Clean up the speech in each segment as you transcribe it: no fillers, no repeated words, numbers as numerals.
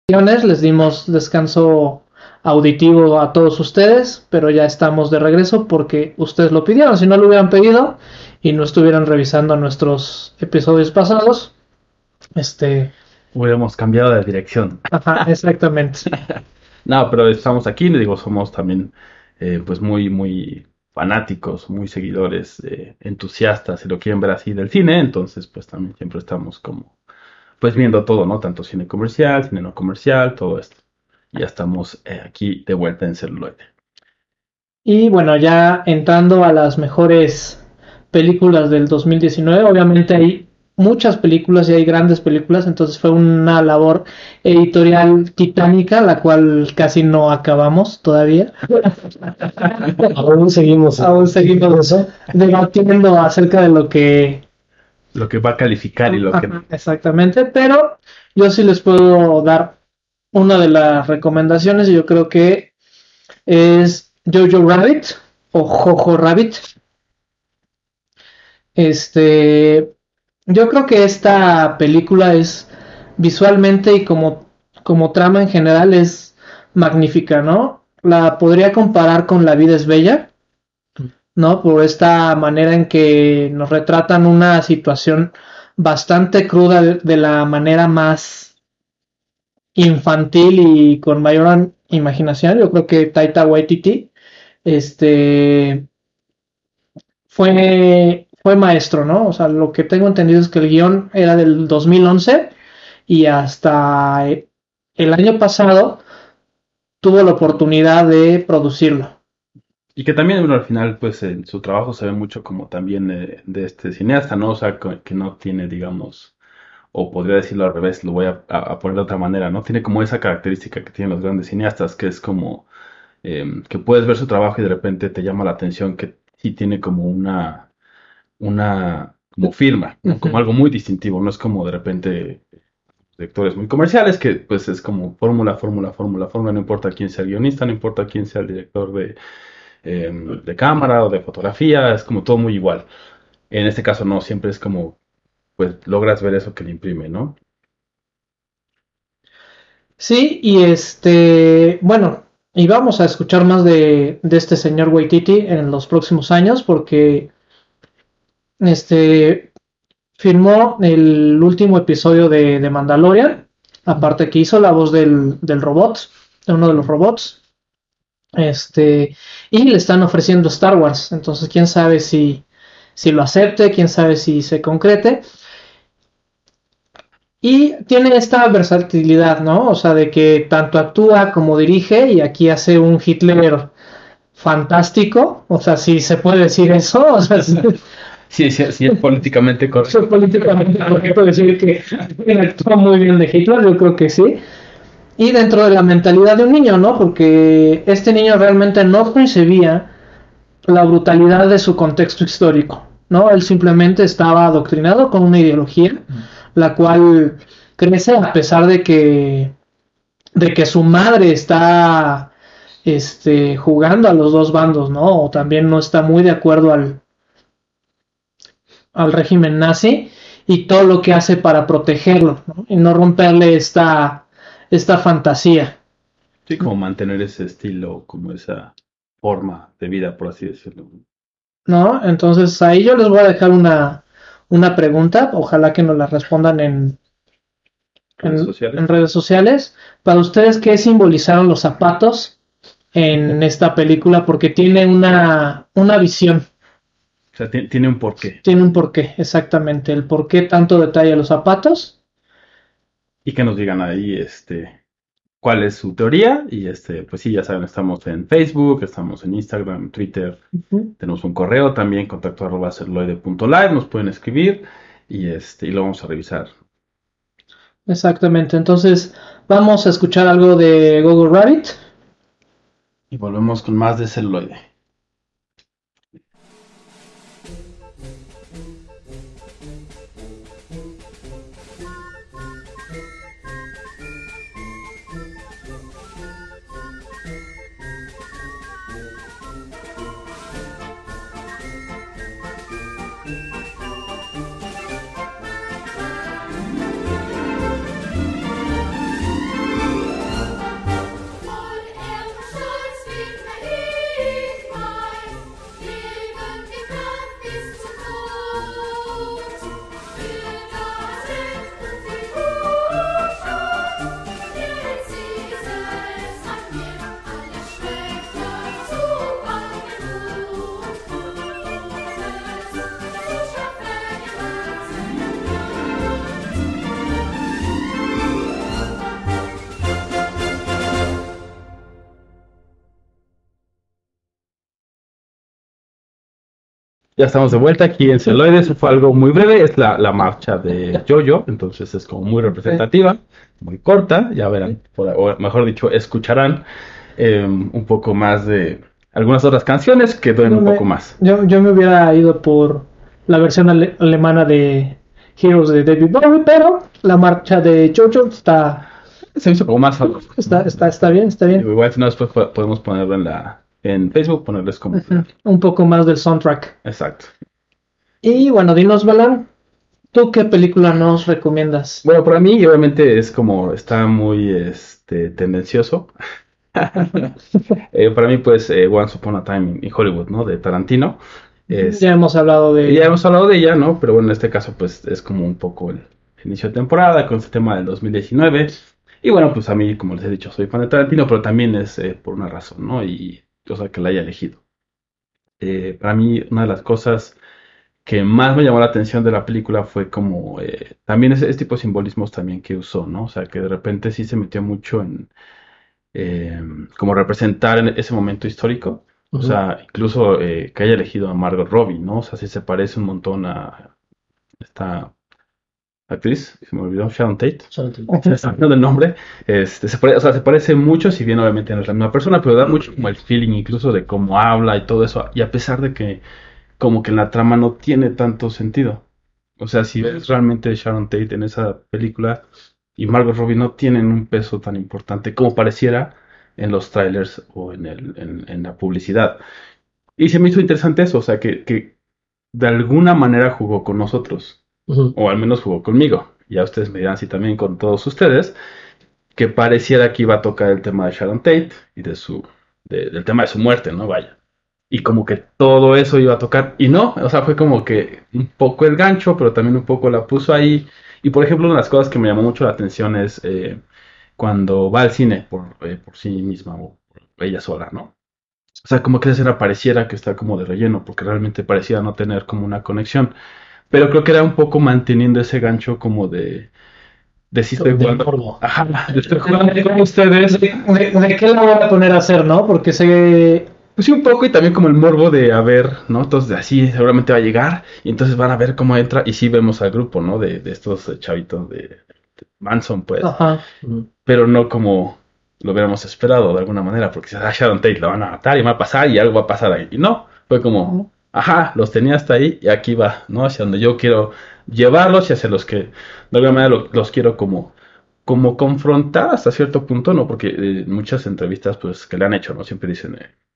Les dimos descanso auditivo a todos ustedes, pero ya estamos de regreso porque ustedes lo pidieron. Si no lo hubieran pedido y no estuvieran revisando nuestros episodios pasados, este, Hubiéramos cambiado de dirección. ajá, exactamente. No, pero estamos aquí, le digo, somos también pues muy fanáticos, muy seguidores, entusiastas, si lo quieren ver así, del cine, entonces pues también siempre estamos como pues viendo todo, ¿no? Tanto cine comercial, cine no comercial, todo esto. Y ya estamos aquí de vuelta en celuloide. Y bueno, ya entrando a las mejores películas del 2019, obviamente hay muchas películas y hay grandes películas, entonces fue una labor editorial titánica, la cual casi no acabamos todavía. Aún seguimos debatiendo acerca de lo que... Lo que va a calificar y lo que no. Ajá, exactamente, pero yo sí les puedo dar una de las recomendaciones y yo creo que es Jojo Rabbit o Jojo Rabbit. Yo creo que esta película es visualmente y como trama en general es magnífica, ¿no? La podría comparar con La vida es bella, ¿no? Por esta manera en que nos retratan una situación bastante cruda de la manera más infantil y con mayor imaginación. Yo creo que Taika Waititi, este, fue maestro, ¿no? O sea, lo que tengo entendido es que el guión era del 2011 y hasta el año pasado tuvo la oportunidad de producirlo. Y que también, bueno, al final, pues en su trabajo se ve mucho como también de este cineasta, ¿no? O sea, que no tiene, digamos, o podría decirlo al revés, lo voy a poner de otra manera, ¿no? Tiene como esa característica que tienen los grandes cineastas, que es como que puedes ver su trabajo y de repente te llama la atención que sí tiene como una como firma, ¿no? Como Ujú. algo muy distintivo, no es como de repente directores muy comerciales que pues es como fórmula, fórmula, fórmula, fórmula, no importa quién sea el guionista, no importa quién sea el director de cámara o de fotografía, es como todo muy igual. En este caso no, siempre es como, pues logras ver eso que le imprime, ¿no? Sí, y bueno, y vamos a escuchar más de este señor Waititi en los próximos años porque este firmó el último episodio de Mandalorian, aparte que hizo la voz del robot, de uno de los robots, y le están ofreciendo Star Wars, entonces quién sabe si lo acepte, quién sabe si se concrete, y tiene esta versatilidad, ¿no? O sea, de que tanto actúa como dirige, y aquí hace un Hitler fantástico, o sea, si se puede decir eso, o sea, Sí, sí, sí, es políticamente soy correcto. políticamente correcto decir que actúa muy bien de Hitler, yo creo que sí. Y dentro de la mentalidad de un niño, ¿no? Porque este niño realmente no concebía la brutalidad de su contexto histórico, ¿no? Él simplemente estaba adoctrinado con una ideología, la cual crece a pesar de que su madre está jugando a los dos bandos, ¿no? O también no está muy de acuerdo al régimen nazi y todo lo que hace para protegerlo, ¿no? Y no romperle esta fantasía, Sí, como mantener ese estilo, como esa forma de vida, por así decirlo. ¿no? Entonces ahí yo les voy a dejar una pregunta, ojalá que nos la respondan Redes en sociales. redes sociales. Para ustedes, ¿qué simbolizaron los zapatos en esta película? Porque tiene una visión, O sea, tiene un porqué. tiene un porqué, exactamente, el por qué tanto detalle los zapatos. Y que nos digan ahí, cuál es su teoría. Y pues sí, ya saben, estamos en Facebook, estamos en Instagram, Twitter, Uh-huh. tenemos un correo también, contacto@celuloide.live, nos pueden escribir y lo vamos a revisar. Exactamente, entonces vamos a escuchar algo de Google Rabbit. Y volvemos con más de celuloide. Ya estamos de vuelta aquí en Celoides. Fue algo muy breve, es la marcha de Jojo, entonces es como muy representativa, muy corta. Ya verán, o mejor dicho, escucharán un poco más de algunas otras canciones que duelen un poco más. Yo me hubiera ido por la versión alemana de Heroes de David Bowie, pero la marcha de Jojo Se hizo como más famoso. Está bien, está bien. Igual si no, después podemos ponerlo en Facebook, ponerles como... Un poco más del soundtrack. Exacto. Y bueno, dinos, Balan, ¿tú qué película nos recomiendas? Bueno, para mí obviamente es como, está muy tendencioso. Para mí pues Once Upon a Time in Hollywood, ¿no? De Tarantino. Ya hemos hablado de Ya hemos hablado de ella, ¿no? Pero bueno, en este caso pues es como un poco el inicio de temporada con este tema del 2019. Y bueno, pues a mí, como les he dicho, soy fan de Tarantino, pero también es por una razón, ¿no? Y cosa que la haya elegido. Para mí, una de las cosas que más me llamó la atención de la película fue como también ese tipo de simbolismos también que usó, ¿no? O sea, que de repente sí se metió mucho en como representar en ese momento histórico. O sea, incluso que haya elegido a Margot Robbie, ¿no? O sea, sí se parece un montón a esta actriz, se me olvidó, Sharon Tate. Se está olvidando del nombre. O sea, se parece mucho, si bien obviamente no es la misma persona, pero da mucho como el feeling incluso de cómo habla y todo eso. Y a pesar de que como que en la trama no tiene tanto sentido. O sea, si ves realmente Sharon Tate en esa película y Margot Robbie no tienen un peso tan importante como pareciera en los trailers o en la publicidad. Y se me hizo interesante eso, o sea, que de alguna manera jugó con nosotros, o al menos jugó conmigo. Ya ustedes me dirán si también con todos ustedes, que pareciera que iba a tocar el tema de Sharon Tate y del tema de su muerte, ¿no? Vaya. Y como que todo eso iba a tocar. Y no, o sea, fue como que un poco el gancho, pero también un poco la puso ahí. Y por ejemplo, una de las cosas que me llamó mucho la atención es cuando va al cine por sí misma o por ella sola, ¿no? O sea, como que esa escena pareciera que está como de relleno, porque realmente parecía no tener como una conexión. Pero creo que era un poco manteniendo ese gancho como de si estoy jugando. Ajá, estoy jugando con ustedes. ¿De qué la voy a poner a hacer, no? Porque Pues sí, un poco, y también como el morbo de a ver, ¿no? Entonces, así seguramente va a llegar, y entonces van a ver cómo entra, y sí vemos al grupo, ¿no? De estos chavitos de Manson, pues. Ajá. Pero no como lo hubiéramos esperado de alguna manera, porque si a Sharon Tate la van a matar y va a pasar y algo va a pasar ahí. Y no, fue como, ajá, los tenía hasta ahí y aquí va, ¿no? Hacia donde yo quiero llevarlos y hacia los que de alguna manera los quiero como confrontar hasta cierto punto, ¿no? Porque muchas entrevistas, pues, que le han hecho, ¿no? Siempre dicen,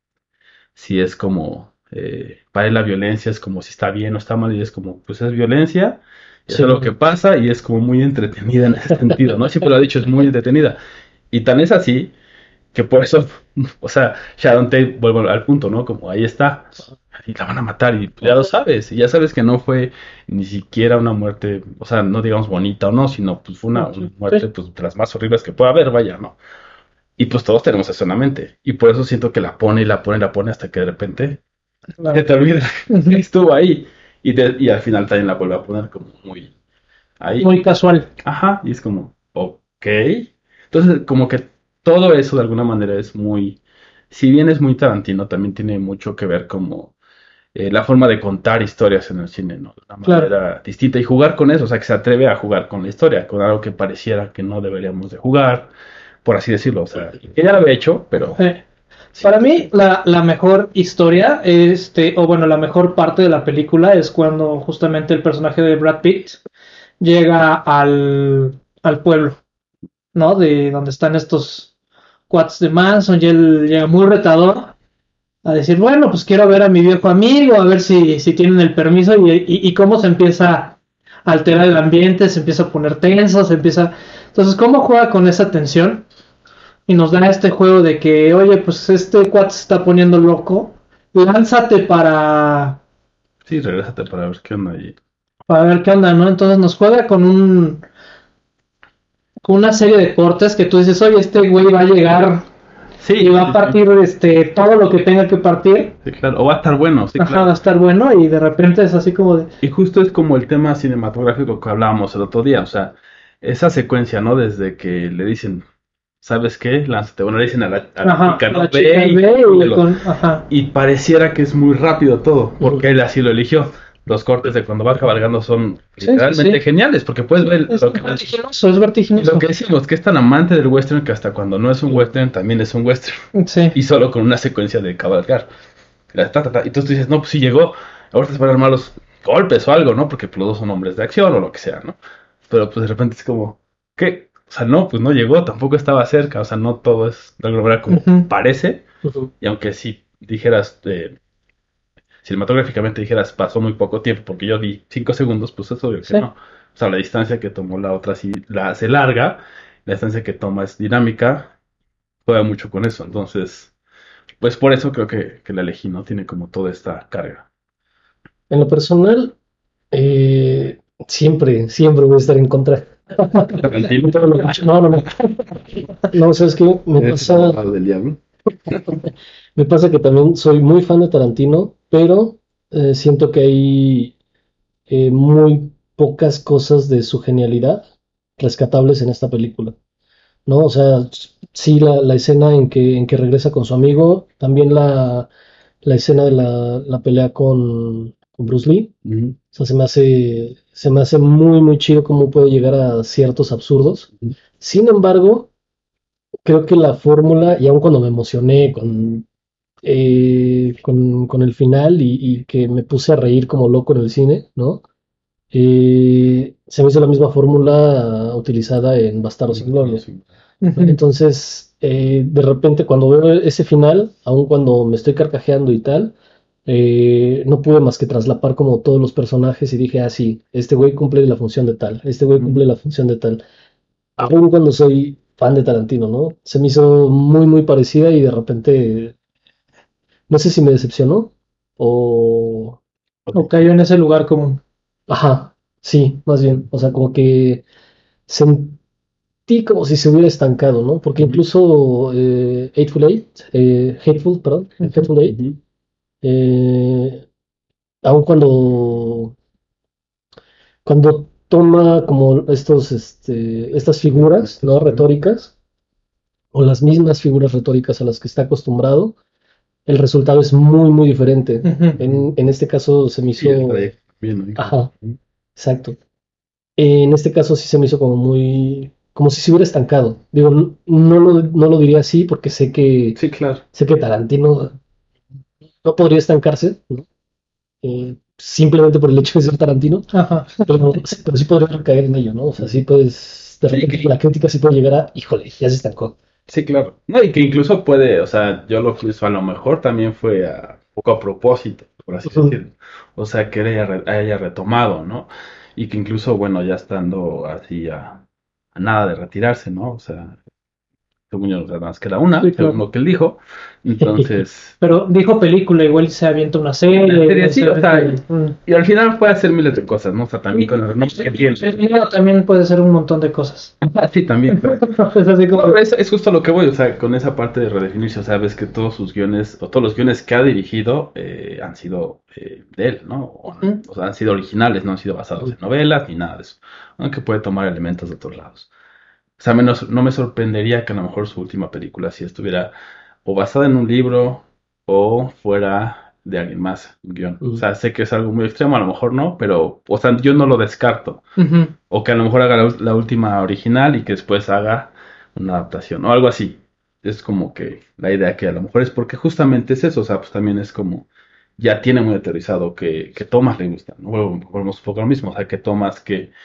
si es como, para él la violencia es como si está bien o está mal, y es como, pues es violencia, eso es lo que pasa, y es como muy entretenida en ese sentido, ¿no? Siempre lo ha dicho, es muy entretenida. Y tan es así que por eso, o sea, Sharon Tate, vuelvo al punto, ¿no? Como ahí está, y la van a matar, y ya lo sabes, y ya sabes que no fue ni siquiera una muerte, o sea, no digamos bonita o no, sino pues fue una muerte pues de las más horribles que pueda haber, vaya, ¿no? Y pues todos tenemos eso en la mente. Y por eso siento que la pone y la pone y la pone hasta que de repente se te olvida que estuvo ahí. Y al final también la vuelve a poner como muy ahí. Muy casual. Ajá, y es como, ok. Entonces, como que todo eso de alguna manera es muy, si bien es muy Tarantino, también tiene mucho que ver como la forma de contar historias en el cine, ¿no? De una manera distinta y jugar con eso, o sea, que se atreve a jugar con la historia, con algo que pareciera que no deberíamos de jugar, por así decirlo, o sea, que ya lo había hecho, pero... Sí. Para mí, la mejor historia, o bueno, la mejor parte de la película es cuando justamente el personaje de Brad Pitt llega al pueblo, ¿no? De donde están estos cuates de Manson, y él llega muy retador a decir, bueno, pues quiero ver a mi viejo amigo, a ver si tienen el permiso, y cómo se empieza a alterar el ambiente, se empieza a poner tenso, Entonces, ¿cómo juega con esa tensión? Y nos da este juego de que, oye, pues este cuate se está poniendo loco, lánzate Sí, regrésate para ver qué onda allí. para ver qué onda, ¿no? Entonces nos juega con una serie de cortes que tú dices, oye, este güey va a llegar y va a partir todo lo que tenga que partir. Sí, claro, o va a estar bueno, sí, Ajá, claro. va a estar bueno, y de repente es así como de... Y justo es como el tema cinematográfico que hablábamos el otro día, o sea, esa secuencia, ¿no? Desde que le dicen, ¿sabes qué? Lánzate. Bueno, le dicen a la Ajá, chica, ¿no? la Ve chica y ve y cógelo. ajá. Y pareciera que es muy rápido todo, porque Ujú. él así lo eligió. Los cortes de cuando va cabalgando son Sí, sí, literalmente sí. geniales, porque puedes ver Es lo que vertiginoso, es y lo vertiginoso. que decimos, que es tan amante del western que hasta cuando no es un western también es un western. Sí. Y solo con una secuencia de cabalgar. Y entonces tú dices, no, pues sí llegó, ahorita se van a armar los golpes o algo, ¿no? Porque pues, los dos son hombres de acción o lo que sea, ¿no? Pero pues de repente es como, ¿qué? O sea, no, pues no llegó, tampoco estaba cerca, o sea, no todo es de alguna manera como Ujú. parece. Ujú. Y aunque si dijeras, cinematográficamente dijeras, pasó muy poco tiempo, porque yo di 5 segundos, pues es obvio que Sí. no. O sea, la distancia que tomó la otra sí la hace larga, la distancia que toma es dinámica, juega mucho con eso. Entonces, pues por eso creo que la elegí, ¿no? Tiene como toda esta carga. En lo personal, siempre voy a estar en contra de Tarantino. todo lo que he hecho. No, no, no. No, ¿sabes qué? ¿Eres el abogado del diablo? Me pasa que también soy muy fan de Tarantino, pero siento que hay muy pocas cosas de su genialidad rescatables en esta película, ¿no? O sea, sí, la escena en que regresa con su amigo, también la escena de la pelea con Bruce Lee. Ujú, O sea, se me hace muy, muy chido cómo puede llegar a ciertos absurdos. ujú, Sin embargo, creo que la fórmula, y aun cuando me emocioné con el final y que me puse a reír como loco en el cine, ¿no? Se me hizo la misma fórmula utilizada en Bastardos sin Bastardo Gloria. sin- ¿No? Ujú. Entonces, de repente cuando veo ese final, aun cuando me estoy carcajeando y tal, no pude más que traslapar como todos los personajes y dije, ah, sí, este güey cumple la función de tal, este güey ujú. cumple la función de tal. Aun cuando soy fan de Tarantino, ¿no? Se me hizo muy, muy parecida y de repente, no sé si me decepcionó o... Ok. O cayó en ese lugar común. Ajá, sí, más bien. O sea, como que sentí como si se hubiera estancado, ¿no? Porque Ujú, incluso Hateful, perdón, Ujú. Hateful Eight, ujú, eh, aun cuando toma como estas figuras, ¿no? Retóricas, o las mismas figuras retóricas a las que está acostumbrado, el resultado es muy, muy diferente. Ujú. En este caso se me Sí, el hizo, trayecto también, ¿no? ajá, Ujú. exacto. En este caso sí se me hizo como muy, como si se hubiera estancado. Digo, no lo diría así porque Sí, claro. sé que Tarantino no podría estancarse, ¿no? Simplemente por el hecho de ser Tarantino, Ajá. pero sí podría recaer en ello, ¿no? O sea, sí puedes, de Sí, repente la crítica sí puede llegar a, híjole, ya se estancó. sí, claro. No, y que incluso puede, o sea, yo lo que hizo a lo mejor también fue un poco a propósito, por así Ujú. decirlo. O sea, que él haya retomado, ¿no? Y que incluso, bueno, ya estando así a nada de retirarse, ¿no? O sea, según yo, nada más queda una, Sí, según claro. lo que él dijo. Entonces, Pero dijo película, igual se avienta una la serie, serie igual sí, se o sea, avienta... y al final puede hacer miles de cosas, ¿no? O sea, también con el renombre que tiene. El dinero también puede ser un montón de cosas. Sí, también. Es así como... No, es justo a lo que voy, o sea, con esa parte de redefinirse, o sea, ves que todos sus guiones, o todos los guiones que ha dirigido han sido de él, ¿no? Ujú. O sea, han sido originales, no han sido basados en novelas ni nada de eso, aunque puede tomar elementos de otros lados. O sea, menos, no me sorprendería que a lo mejor su última película sí estuviera o basada en un libro o fuera de alguien más, un guión. O Ujú. sea, sé que es algo muy extremo, a lo mejor no, pero, o sea, yo no lo descarto. Ujú. O que a lo mejor haga la última original y que después haga una adaptación o algo así. Es como que la idea que a lo mejor es porque justamente es eso, o sea, pues también es como, ya tiene muy aterrizado que Thomas le gusta, ¿no? Volvemos un poco a lo mismo, o sea, que Thomas,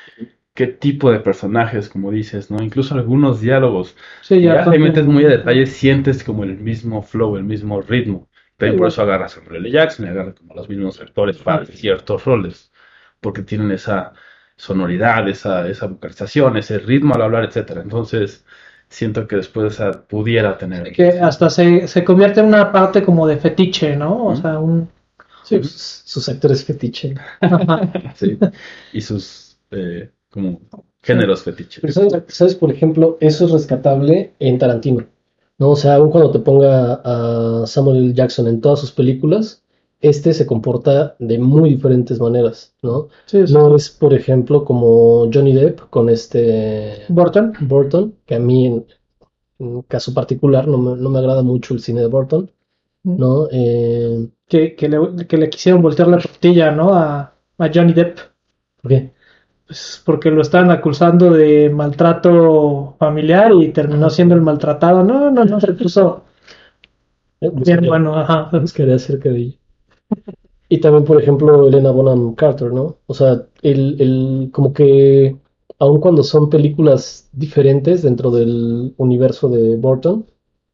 qué tipo de personajes, como dices, ¿no? Incluso algunos diálogos, Sí, si ya ya te son metes muy a como... detalle, sientes como el mismo flow, el mismo ritmo. También por Igual. eso agarras a Samuel L. Jackson y agarras como los mismos actores para ciertos roles, porque tienen esa sonoridad, esa vocalización, ese ritmo al hablar, etcétera. Entonces, siento que después pudiera tener Que algo así. hasta se convierte en una parte como de fetiche, ¿no? O ¿Mm? sea, un... Sí, Ujú. pues, sus actores fetiche. Ajá. Sí. Y sus como Sí. géneros Pero fetiches. sabes, por ejemplo, eso es rescatable en Tarantino, ¿no? O sea, aun cuando te ponga a Samuel L. Jackson en todas sus películas, este se comporta de muy diferentes maneras, ¿no? Sí, sí. No es, por ejemplo, como Johnny Depp con este Burton. Burton, que a mí un caso particular, no me agrada mucho el cine de Burton, ¿no? Que le quisieron voltear la tortilla, ¿no? A Johnny Depp. ¿Por qué? Pues porque lo estaban acusando de maltrato familiar y terminó siendo el maltratado. No, se puso bien bueno, ajá. Buscaré acerca de ella. Y también, por ejemplo, Helena Bonham Carter, ¿no? O sea, como que, aun cuando son películas diferentes dentro del universo de Burton,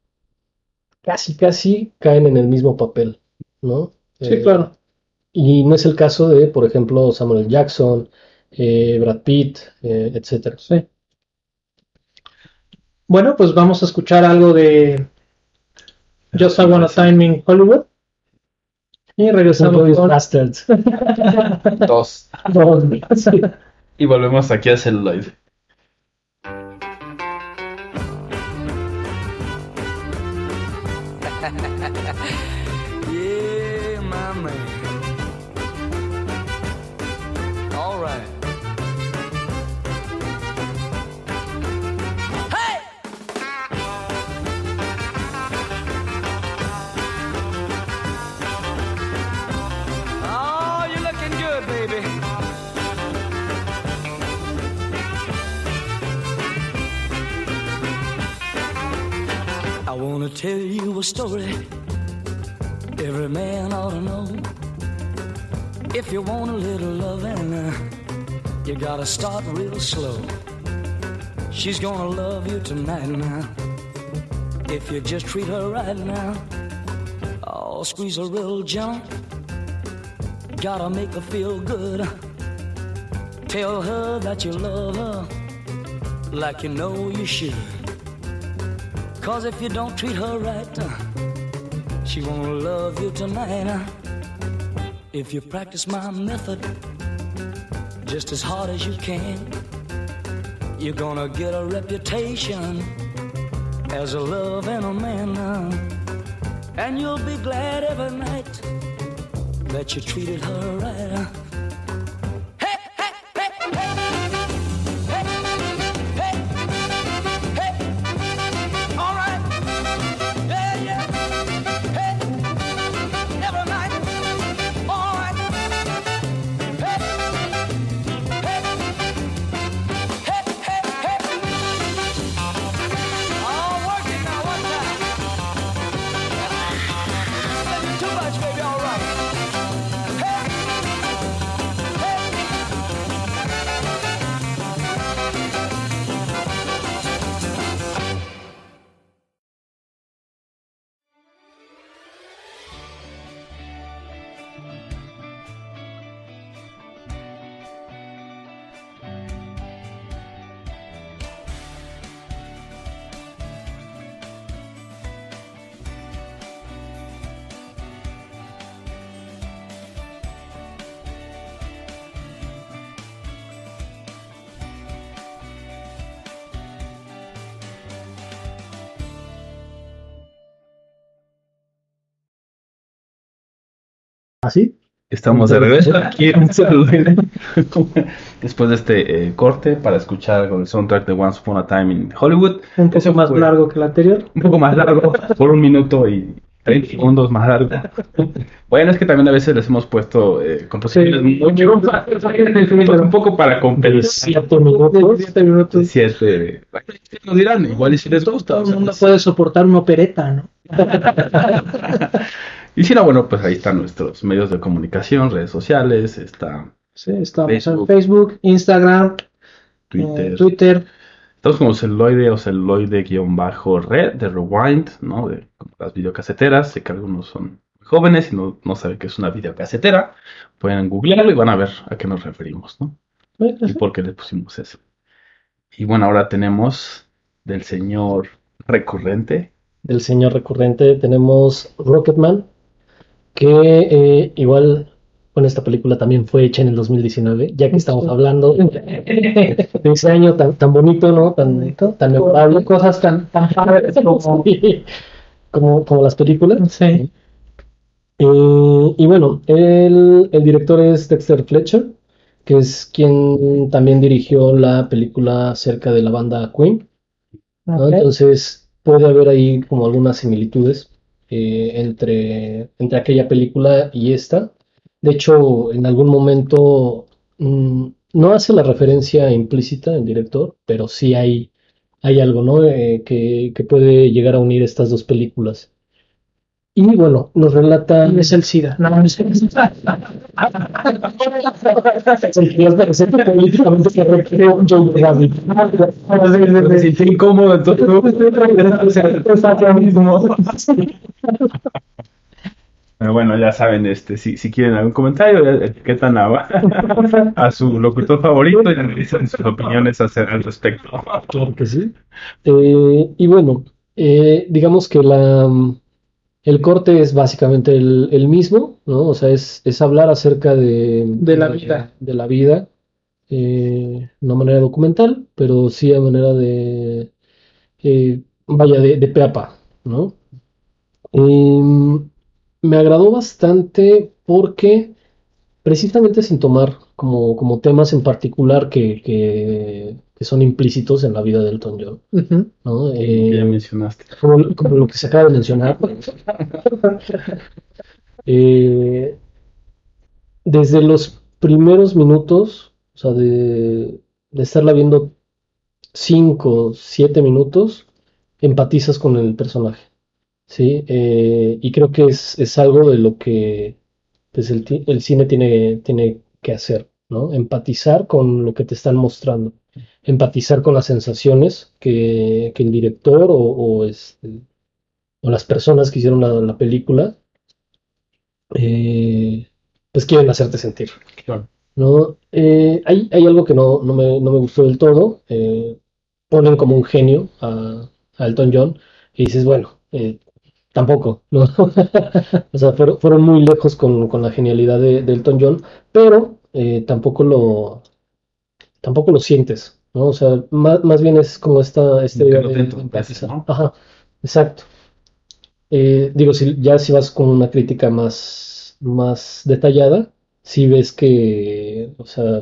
casi caen en el mismo papel, ¿no? Sí, claro. Y no es el caso de, por ejemplo, Samuel L. Jackson, Brad Pitt, etcétera. Sí. Bueno, pues vamos a escuchar algo de Just I Wanna Time in Hollywood. Y regresamos con Bastards. 2. Sí. Y volvemos aquí a Celluloid. Yeah, my man. All right. Hey! Oh, you're looking good, baby. I wanna tell you a story every man ought to know. If you want a little loving, you gotta start real slow. She's gonna love you tonight now, if you just treat her right now. Oh, squeeze her real gentle, gotta make her feel good. Tell her that you love her like you know you should. 'Cause if you don't treat her right, she won't love you tonight. If you practice my method just as hard as you can, you're gonna get a reputation as a love and a man. And you'll be glad every night that you treated her right. Hey, hey, hey, hey, hey, hey, hey, all right, yeah, hey, every night, all right, hey, hey, hey, hey, hey, all working now, one time, too much, baby, all right, hey, hey. ¿Así? Estamos de regreso aquí en Celluloid. Después de este corte para escuchar con el soundtrack de Once Upon a Time in Hollywood. Un poco más largo que el anterior. Un poco más largo, por 1 minuto y 30 segundos más largo. Bueno, es que también a veces les hemos puesto composiciones pues un poco para compensar. 7 minutos. 7 minutos. 7. Nos dirán, igual y si les gusta. Todo el mundo puede soportar una opereta, ¿no? Y si no, bueno, pues ahí están nuestros medios de comunicación, redes sociales, está Sí, estamos Facebook. en Facebook, Instagram, Twitter. Estamos como celuloide o celuloide-red de Rewind, ¿no? Como las videocaseteras. Sé que algunos son jóvenes y no saben qué es una videocasetera. Pueden googlearlo y van a ver a qué nos referimos, ¿no? Y por qué le pusimos eso. Y bueno, ahora tenemos del señor recurrente. Del señor recurrente tenemos Rocketman, que igual, bueno, esta película también fue hecha en el 2019, ya que estamos hablando de ese año tan bonito, ¿no? Tan memorable. Cosas tan padres como... Sí, como las películas. Sí. Y bueno, el director es Dexter Fletcher, que es quien también dirigió la película acerca de la banda Queen, ¿no? Ok. Entonces, puede haber ahí como algunas similitudes entre aquella película y esta. De hecho, en algún momento no hace la referencia implícita el director, pero sí hay algo, ¿no? Que puede llegar a unir estas dos películas. Y bueno, nos relata. Es el SIDA. No, no es el SIDA. Políticamente correcto, Joe Rabbit. Me sentí incómodo, entonces pero bueno, ya saben, si quieren algún comentario, etiquetan a su locutor favorito y analizan sus opiniones al respecto. Claro que sí. Y bueno, digamos que el corte es básicamente el mismo, ¿no? O sea, es hablar acerca De la vida. de la vida, no a manera documental, pero sí a manera vaya, de pe a pa, ¿no? Em, Me agradó bastante porque precisamente sin tomar como temas en particular que son implícitos en la vida de Elton John, Ujú. ¿no? Que ya mencionaste. Como lo que se acaba de mencionar. Eh, Desde los primeros minutos, o sea, de estarla viendo 5, 7 minutos, empatizas con el personaje, ¿sí? Y creo que es algo de lo que pues, el cine tiene que hacer, ¿no? Empatizar con lo que te están mostrando, empatizar con las sensaciones que el director o las personas que hicieron la película pues quieren hacerte sentir. Claro. ¿No? Hay algo que no me gustó del todo. Ponen como un genio a Elton John y dices, bueno, tampoco, ¿no? O sea, fueron muy lejos con la genialidad de Elton John, pero tampoco lo sientes, ¿no? O sea, más bien es como esta Que idea no te de entorpece, empatizar. ¿no? Ajá, exacto. Digo, si vas con una crítica más detallada, si ves que, o sea,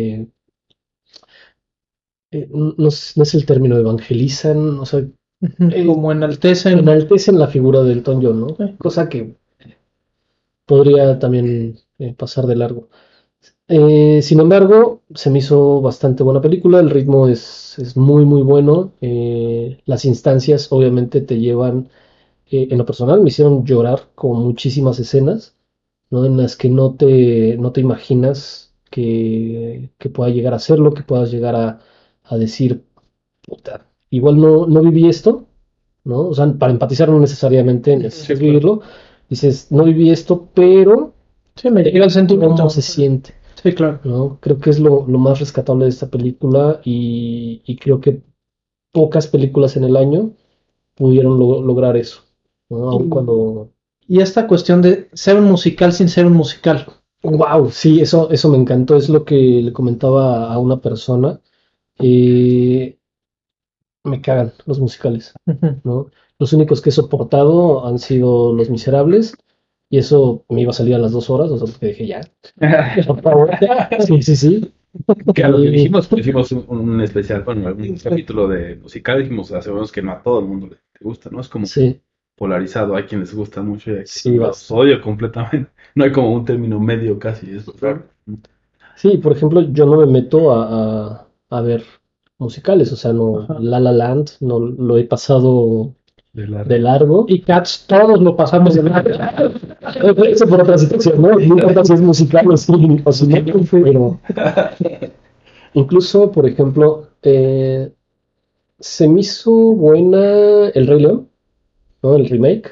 no es el término evangelizan, o sea, Ujú. Como enaltecen. enaltecen la figura del Elton John, ¿no? Cosa que podría también pasar de largo. Sin embargo, se me hizo bastante buena película, el ritmo es muy, muy bueno, las instancias obviamente te llevan, en lo personal, me hicieron llorar con muchísimas escenas, ¿no? En las que no te imaginas que pueda llegar a hacerlo, que puedas llegar a decir, puta, igual no viví esto, ¿no? O sea, para empatizar no necesariamente necesitas Sí, claro. vivirlo. Dices, no viví esto, pero Sí, me llega el sentimiento. cómo se siente, Sí, claro. ¿no? Creo que es lo más rescatable de esta película y creo que pocas películas en el año pudieron lograr eso, ¿no? Aun cuando. Y esta cuestión de ser un musical sin ser un musical. Wow, sí, eso me encantó, es lo que le comentaba a una persona. eh, Me cagan los musicales, Ujú. ¿no? Los únicos que he soportado han sido Los Miserables, y eso me iba a salir a las 2 horas, o sea, porque dije, ya, por favor. Sí, sí, sí. Que a lo que Y- dijimos, pues, hicimos un especial, bueno, algún capítulo de musical, dijimos, sabemos que no a todo el mundo le gusta, ¿no? Es como sí, polarizado, hay quienes les gusta mucho y hay quienes sí, los odio completamente. No hay como un término medio casi, es raro. sí, por ejemplo, yo no me meto a ver musicales, o sea, no, Ajá. La La Land, no lo he pasado De la- de largo. Y Cats, todos lo pasamos de largo. Eso por otra situación, ¿no? No importa si es musical o si no, pero incluso, por ejemplo, se me hizo buena El Rey León, ¿no? El remake.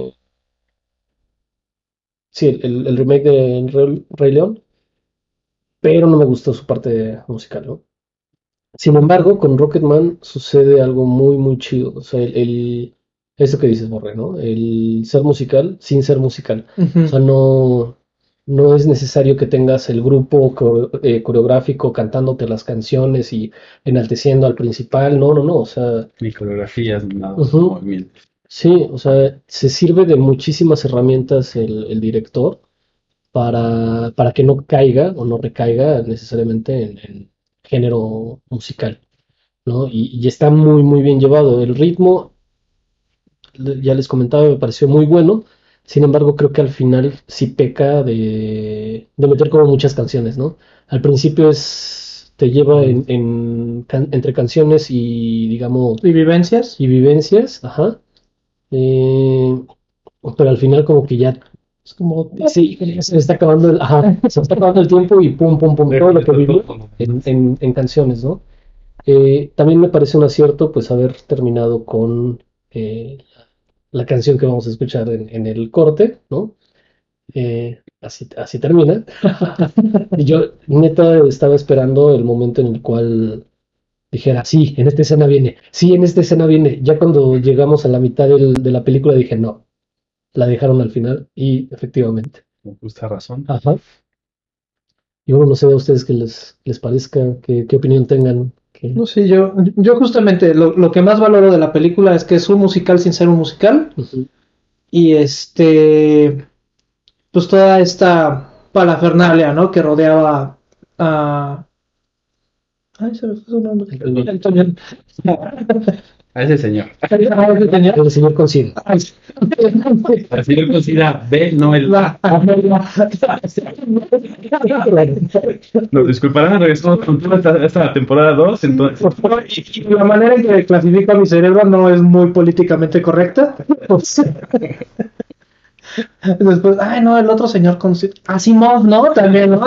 Sí, el remake de Rey León, pero no me gustó su parte musical, ¿no? Sin embargo, con Rocketman sucede algo muy, muy chido. O sea, eso que dices, Borre, ¿no? El ser musical sin ser musical. O sea, Ujú. no es necesario que tengas el grupo coreográfico cantándote las canciones y enalteciendo al principal. No, no, no. O sea, Ni coreografías, ni nada, ujú, movimientos. sí, o sea, se sirve de muchísimas herramientas el director para que no caiga o no recaiga necesariamente en género musical, ¿no? Y está muy, muy bien llevado. El ritmo, ya les comentaba, me pareció muy bueno. Sin embargo, creo que al final sí peca de meter como muchas canciones, ¿no? Al principio te lleva entre canciones y, digamos, ¿Y vivencias? y vivencias, ajá. Eh, pero al final como que ya, Es como, sí, se está acabando se está acabando el tiempo y pum, pum, pum, todo lo que viví en canciones, ¿no? También me parece un acierto, pues, haber terminado con la canción que vamos a escuchar en el corte, ¿no? Así termina. Y yo, neta, estaba esperando el momento en el cual dijera, sí, en esta escena viene, sí, en esta escena viene. Ya cuando llegamos a la mitad de la película dije, no, la dejaron al final y efectivamente. Con justa razón. Ajá. Y bueno, no sé a ustedes qué les parezca, qué opinión tengan. no sé, yo justamente lo que más valoro de la película es que es un musical sin ser un musical. Ujú. Y pues toda esta parafernalia, ¿no? Que rodeaba a... Ay, se me fue su nombre. El Toñón. A ese señor. El señor consigue. Al señor considera B, no el A. Nos disculparán, regresamos con toda esta temporada 2, entonces. Y la manera en que clasifica mi cerebro no es muy políticamente correcta. Después, ay, no, el otro señor con Asimov, ¿no? También, ¿no?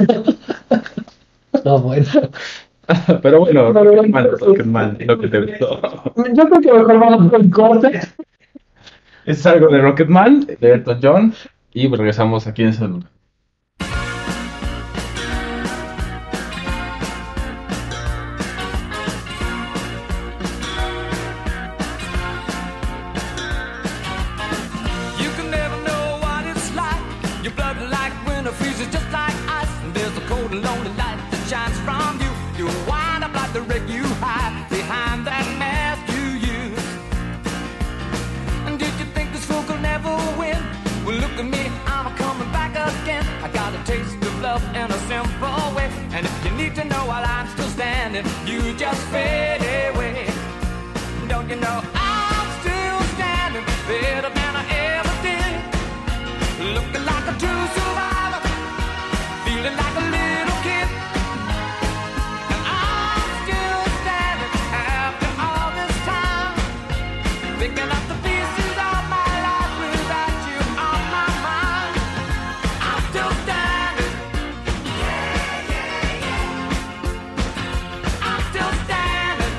No, bueno. Pero bueno, Rocketman, lo que te gustó. Yo creo que mejor vamos con corte. Es algo de Rocketman, de Elton John, y regresamos aquí en Salud. You can never know what it's like. Your blood like winter freezes just like ice. And there's a cold and lonely light that shines from you. You wind up like the wreck you hide behind that mask you use. And did you think this fool could never win? Well, look at me, I'm coming back again. I got a taste of love in a simple way. And if you need to know while I'm still standing, you just fade away. Don't you know I'm still standing better than I ever did? Looking like a true survivor, feeling like a little kid. And I'm still standing after all this time, picking up the pieces of my life without you on my mind. I'm still standing. I'm still standing.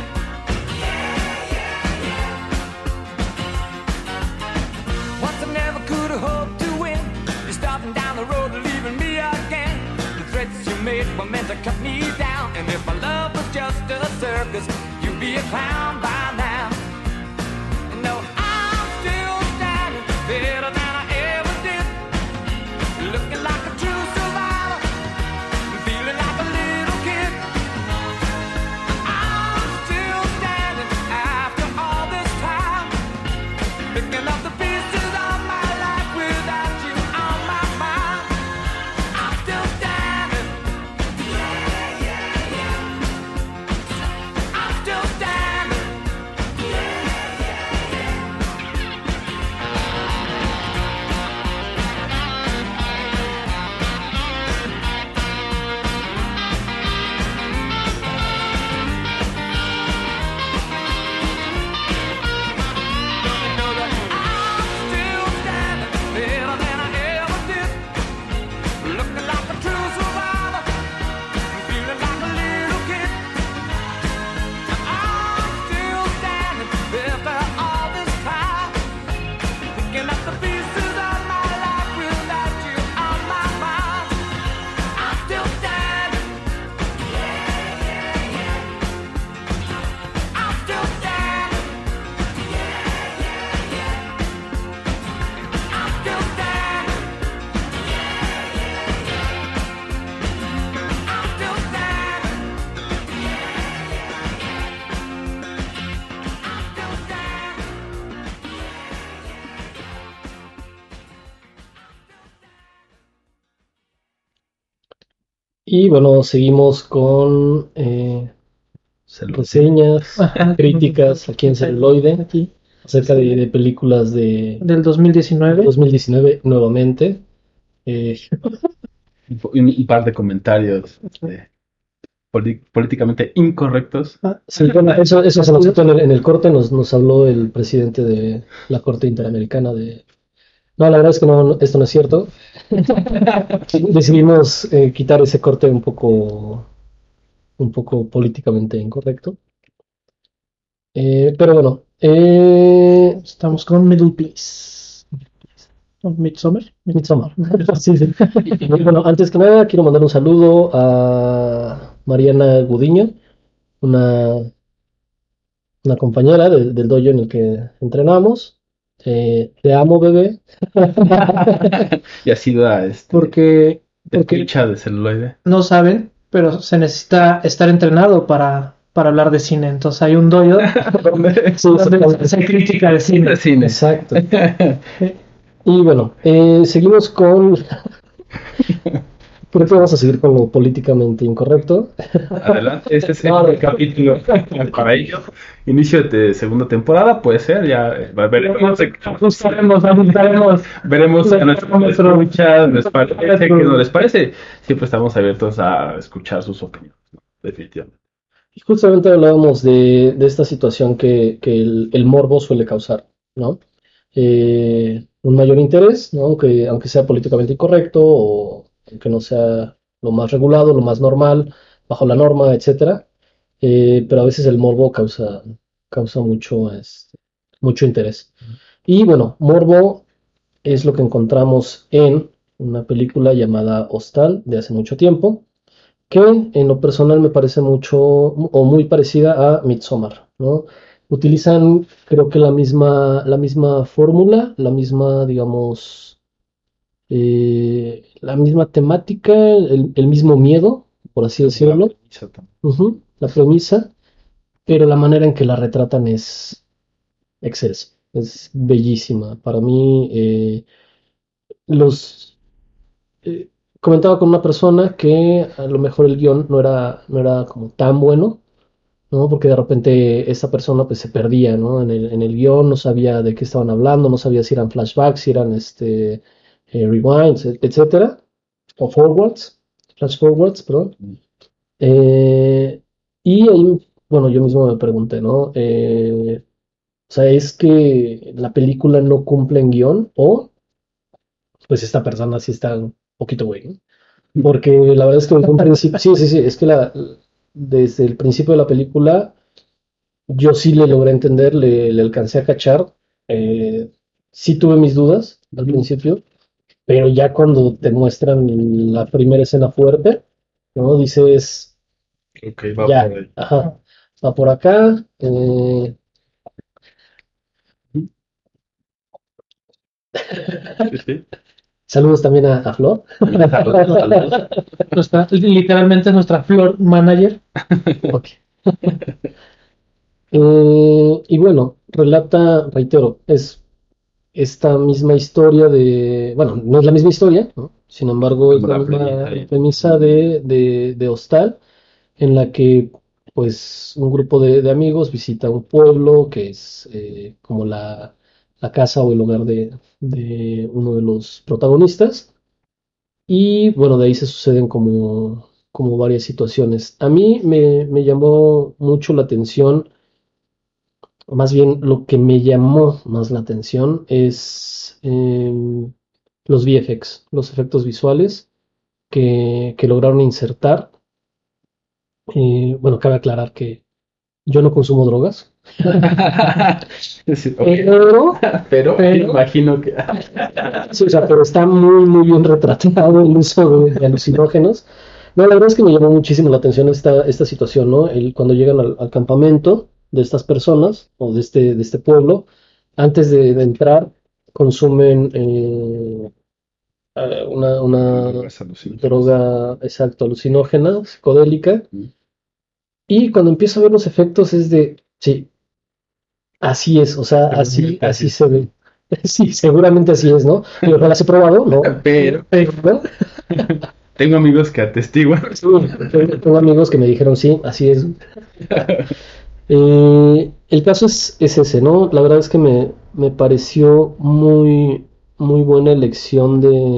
Once I never could have hoped to win. You're starting down the road, leaving me again. The threats you made were meant to cut me down. And if my love was just a circus, you'd be a clown by now. No, I'm still standing better than I ever did. Looking like a true survivor, feeling like a little kid. I'm still standing after all this time, picking up the pieces of my life without you on my mind. I'm still standing. I'm still standing. You know that I'm still standing better than I ever did. Looking like a true survivor, feeling like a little kid. I'm still standing after all this time, picking up the pieces of my life without you on my mind. I'm still standing. I'm still standing. I'm still standing. I'm still standing. I'm still standing. Y bueno, seguimos con Salud. reseñas, Ajá. críticas aquí en Celuloide. Aquí. acerca de películas de Del 2019. 2019 nuevamente. Un par de comentarios políticamente incorrectos. Sí, bueno, eso se nos quitó en el corte, nos habló el presidente de la Corte Interamericana de... No, la verdad es que esto no es cierto. Decidimos quitar ese corte un poco políticamente incorrecto. Pero bueno, Estamos con Middle Place. Midsommar. Midsommar. Sí, sí. Y bueno, antes que nada, quiero mandar un saludo a Mariana Gudiño, una compañera del dojo en el que entrenamos. Te amo, bebé. Y ha sido a Porque ficha de celuloide. no saben, pero se necesita estar entrenado para hablar de cine. Entonces hay un dojo donde se hay crítica de cine. De cine. Exacto. Y bueno, seguimos con... Creo que vamos a seguir con lo políticamente incorrecto. Adelante, este es el capítulo para ello. Inicio de segunda temporada, puede ser, ya veremos. Veremos a nuestros escuchas, les parece, que no les parece. Siempre estamos abiertos a escuchar sus opiniones, ¿no? Definitivamente. Y justamente hablábamos de esta situación que el morbo suele causar, ¿no? Un mayor interés, ¿no? Aunque sea políticamente incorrecto o aunque no sea lo más regulado, lo más normal, bajo la norma, etcétera. Pero a veces el morbo causa mucho interés. Y bueno, morbo es lo que encontramos en una película llamada Hostal de hace mucho tiempo, que en lo personal me parece mucho o muy parecida a Midsommar, ¿no? Utilizan, creo que la misma fórmula, la misma, digamos, la misma temática, el mismo miedo, por así decirlo. Ujú, la premisa, pero la manera en que la retratan es excelsa, es bellísima. Para mí, los comentaba con una persona que a lo mejor el guión no era como tan bueno, ¿no? Porque de repente esta persona pues se perdía, ¿no? En el guión, no sabía de qué estaban hablando, no sabía si eran flashbacks, si eran rewinds, etcétera, o forwards, flash forwards, perdón. Y ahí, bueno, yo mismo me pregunté, ¿no? O sea, ¿es que la película no cumple en guión o pues esta persona sí está un poquito güey, ¿no? Porque la verdad es que desde un principio, sí, es que desde el principio de la película yo sí le logré entender, le alcancé a cachar, sí tuve mis dudas al principio, pero ya cuando te muestran la primera escena fuerte, ¿no? Dices, Ok, va ya, por ahí. ajá, va por acá. Sí, sí. Saludos también a Flor. Literalmente nuestra floor manager. Ok. Y bueno, relata, reitero, es esta misma historia bueno, no es la misma historia, ¿no? Sin embargo, es Como la la misma premisa ahí. premisa de Hostal, en la que pues un grupo de amigos visita un pueblo que es como la casa o el hogar de uno de los protagonistas. Y bueno, de ahí se suceden como varias situaciones. A mí me llamó mucho la atención, más bien lo que me llamó más la atención es los VFX, los efectos visuales que lograron insertar. Bueno, cabe aclarar que yo no consumo drogas, Sí, ok. Pero imagino que sí, o sea, pero está muy, muy bien retratado el uso de alucinógenos. No, la verdad es que me llamó muchísimo la atención esta situación, ¿no? Cuando llegan al campamento de estas personas o de este pueblo, antes de entrar, consumen una drogas alucinógenas. droga, exacto, alucinógena, psicodélica, y cuando empiezo a ver los efectos es de, sí, así es, o sea, así se ve. Sí, seguramente así es, ¿no? Yo no las he probado, ¿no? Pero ¿no? tengo amigos que atestiguan. Sí, tengo amigos que me dijeron, sí, así es. el caso es ese, ¿no? La verdad es que me pareció muy buena elección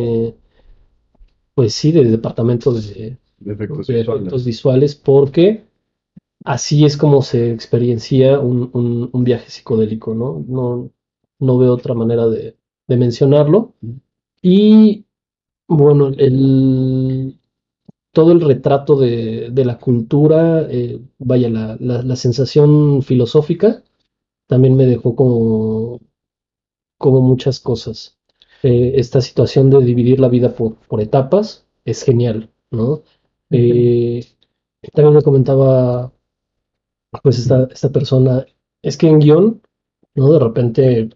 pues sí, de departamento De efectos de efectos visuales. visuales, porque así es como se experiencia un viaje psicodélico, ¿no? No veo otra manera de mencionarlo. Y bueno, todo el retrato de la cultura, vaya, la sensación filosófica también me dejó como muchas cosas. Esta situación de dividir la vida por etapas es genial, ¿no? Eh, También me comentaba pues esta persona, es que en guión, ¿no? De repente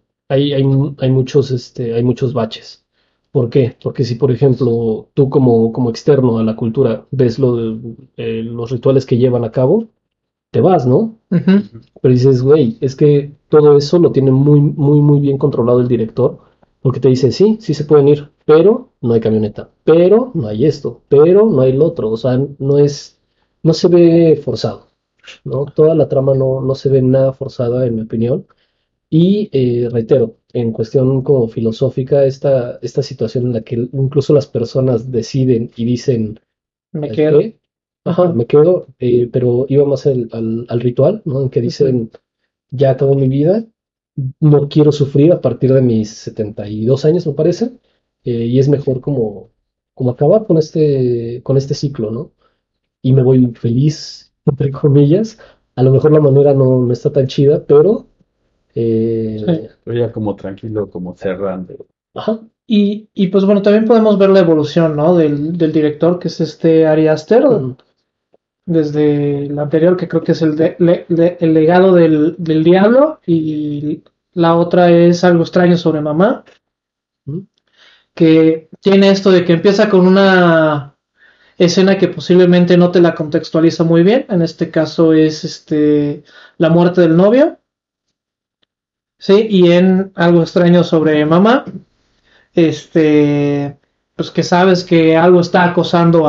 hay muchos baches. ¿Por qué? Porque si, por ejemplo, tú como externo a la cultura ves los rituales que llevan a cabo, te vas, ¿no? Ujú. Ujú. Pero dices, güey, es que todo eso lo tiene muy bien controlado el director, porque te dice, sí, sí se pueden ir, pero no hay camioneta, pero no hay esto, pero no hay lo otro, o sea, no se ve forzado, ¿no? Toda la trama no se ve nada forzada, en mi opinión. Y reitero, en cuestión como filosófica, esta situación en la que incluso las personas deciden y dicen, Me ¿sabes quedo. qué? Ajá, me quedo, pero iba más al ritual, ¿no? En que dicen, ya acabó mi vida, no quiero sufrir a partir de mis 72 años, me parece, y es mejor como acabar con este ciclo, ¿no? Y me voy feliz, entre comillas. A lo mejor la manera no está tan chida, pero Sí. Pero ya como tranquilo, como cerrando. ajá. Y pues bueno, también podemos ver la evolución, ¿no? Del director, que es este Ari Aster, Mm, desde el anterior, que creo que es el legado del diablo, y la otra es Algo extraño sobre mamá, mm, que tiene esto de que empieza con una escena que posiblemente no te la contextualiza muy bien. En este caso es la muerte del novio, sí, y en Algo extraño sobre mamá, pues que sabes que algo está acosando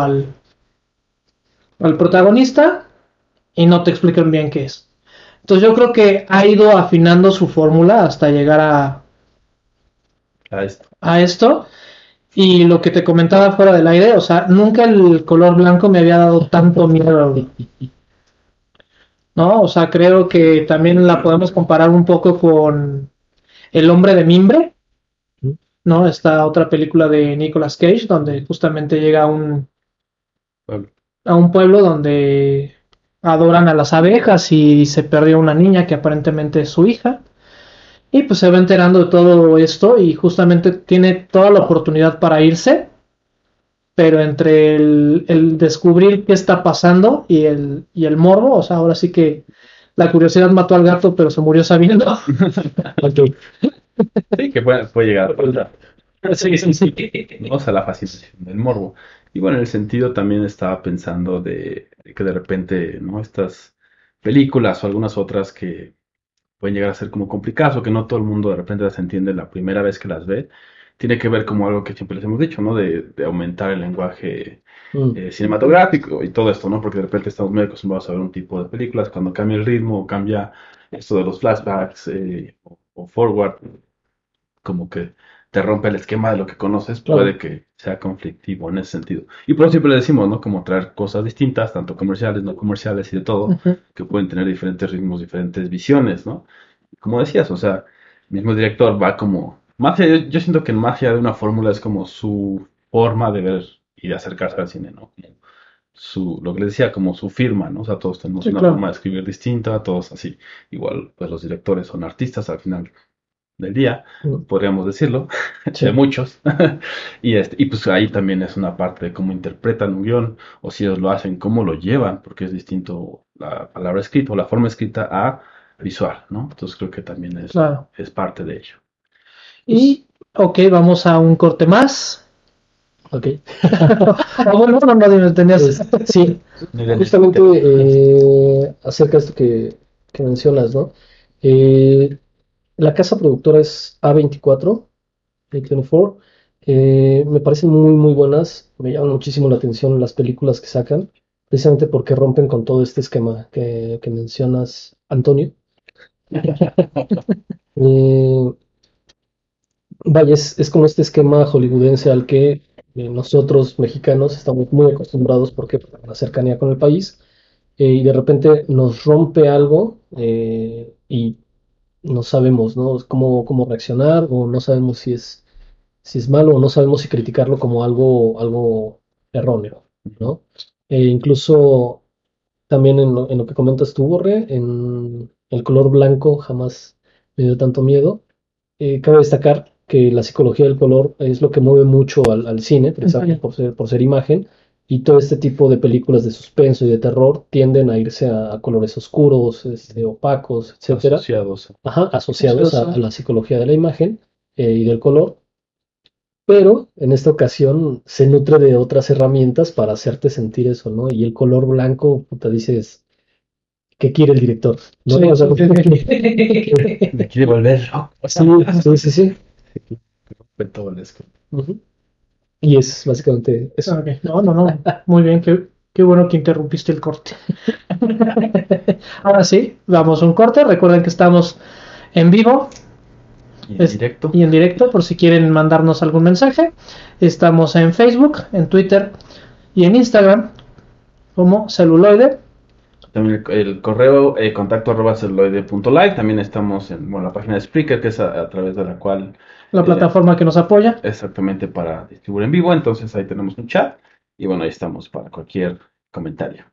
al protagonista y no te explican bien qué es. Entonces yo creo que ha ido afinando su fórmula hasta llegar A esto. a esto. Y lo que te comentaba fuera del aire, o sea, nunca el color blanco me había dado tanto miedo, ¿no? O sea, creo que también la podemos comparar un poco con El hombre de mimbre, mm. ¿no? Esta otra película de Nicolas Cage, donde justamente llega Bueno, a un pueblo donde adoran a las abejas y se perdió una niña que aparentemente es su hija. Y pues se va enterando de todo esto y justamente tiene toda la oportunidad para irse, pero entre el descubrir qué está pasando y el morbo, o sea, ahora sí que la curiosidad mató al gato, pero se murió sabiendo. Ok. sí, que puede llegar a pasar. Sí, sí, sí. ¿No? O sea, la fascinación del morbo. Y bueno, en el sentido también estaba pensando de que de repente, ¿no? Estas películas o algunas otras que pueden llegar a ser como complicadas o que no todo el mundo de repente las entiende la primera vez que las ve, tiene que ver como algo que siempre les hemos dicho, ¿no? De aumentar el lenguaje Mm, cinematográfico y todo esto, ¿no? Porque de repente estamos muy acostumbrados a ver un tipo de películas, cuando cambia el ritmo o cambia esto de los flashbacks o forward, como que te rompe el esquema de lo que conoces, puede claro. que sea conflictivo en ese sentido. Y por eso siempre le decimos, ¿no? Como traer cosas distintas, tanto comerciales, no comerciales y de todo, Uh-huh. que pueden tener diferentes ritmos, diferentes visiones, ¿no? Como decías, o sea, el mismo director va como, más allá, yo siento que más allá de una fórmula es como su forma de ver y de acercarse al cine, ¿no? Como lo que les decía, como su firma, ¿no? O sea, todos tenemos Sí, una forma claro. de escribir distinta, todos así. Igual, pues los directores son artistas al final del día, Mm, podríamos decirlo, de sí, muchos. Y pues ahí también es una parte de cómo interpretan un guión, o si ellos lo hacen, cómo lo llevan, porque es distinto la palabra escrita o la forma escrita a visual, ¿no? Entonces creo que también Claro. es parte de ello. Pues, Y, ok, vamos a un corte más. ok. Bueno, no, dime, tenías. Sí, ni de justamente necesito. acerca de esto que mencionas, ¿no? Eh, la casa productora es A24, A24. Me parecen muy buenas, me llaman muchísimo la atención las películas que sacan, precisamente porque rompen con todo este esquema que mencionas, Antonio. Eh, Vaya, es como este esquema hollywoodense al que nosotros mexicanos estamos muy acostumbrados porque por la cercanía con el país, y de repente nos rompe algo, y no sabemos, ¿no? Cómo reaccionar, o no sabemos si es malo, o no sabemos si criticarlo como algo erróneo, ¿no? Incluso también en lo que comentas tú, Borre, en el color blanco jamás me dio tanto miedo. Cabe destacar que la psicología del color es lo que mueve mucho al cine, precisamente por ser imagen, y todo este tipo de películas de suspenso y de terror tienden a irse a colores oscuros, opacos, etcétera, Asociados. ajá, asociados a la psicología de la imagen, y del color, pero en esta ocasión se nutre de otras herramientas para hacerte sentir eso, ¿no? Y el color blanco, puta, dices, ¿qué quiere el director? ¿No? Sí, O sea, Me quiere volver loco. sí. Fue todo el esquema. Ujú. Y es básicamente eso. Ok, no. Muy bien, qué bueno que interrumpiste el corte. Ahora sí, vamos a un corte. Recuerden que estamos en vivo Y en directo. y en directo por si quieren mandarnos algún mensaje. Estamos en Facebook, en Twitter y en Instagram como celuloide. También el correo contacto@celuloide.live. También estamos en la página de Spreaker, que es a través de la cual La plataforma que nos apoya. exactamente para distribuir en vivo. Entonces ahí tenemos un chat y bueno, ahí estamos para cualquier comentario.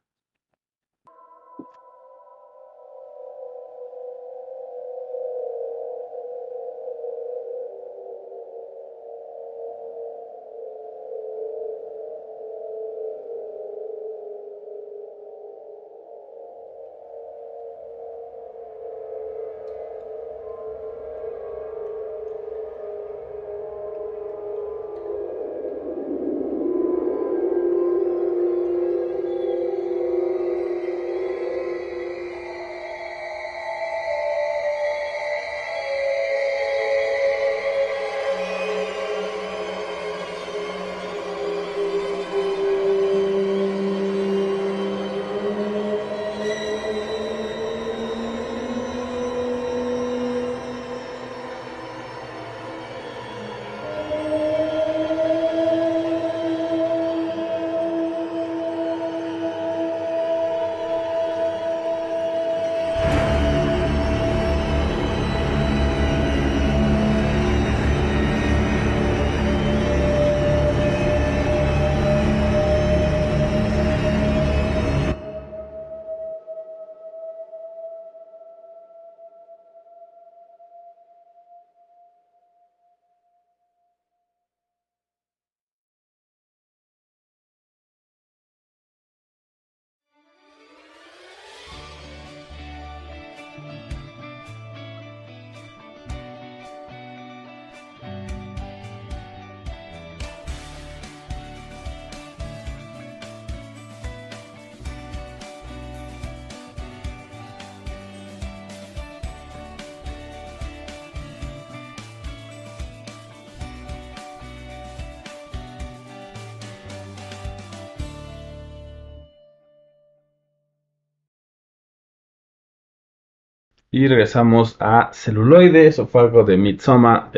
Y regresamos a Celuloide. Eso fue algo de Midsommar,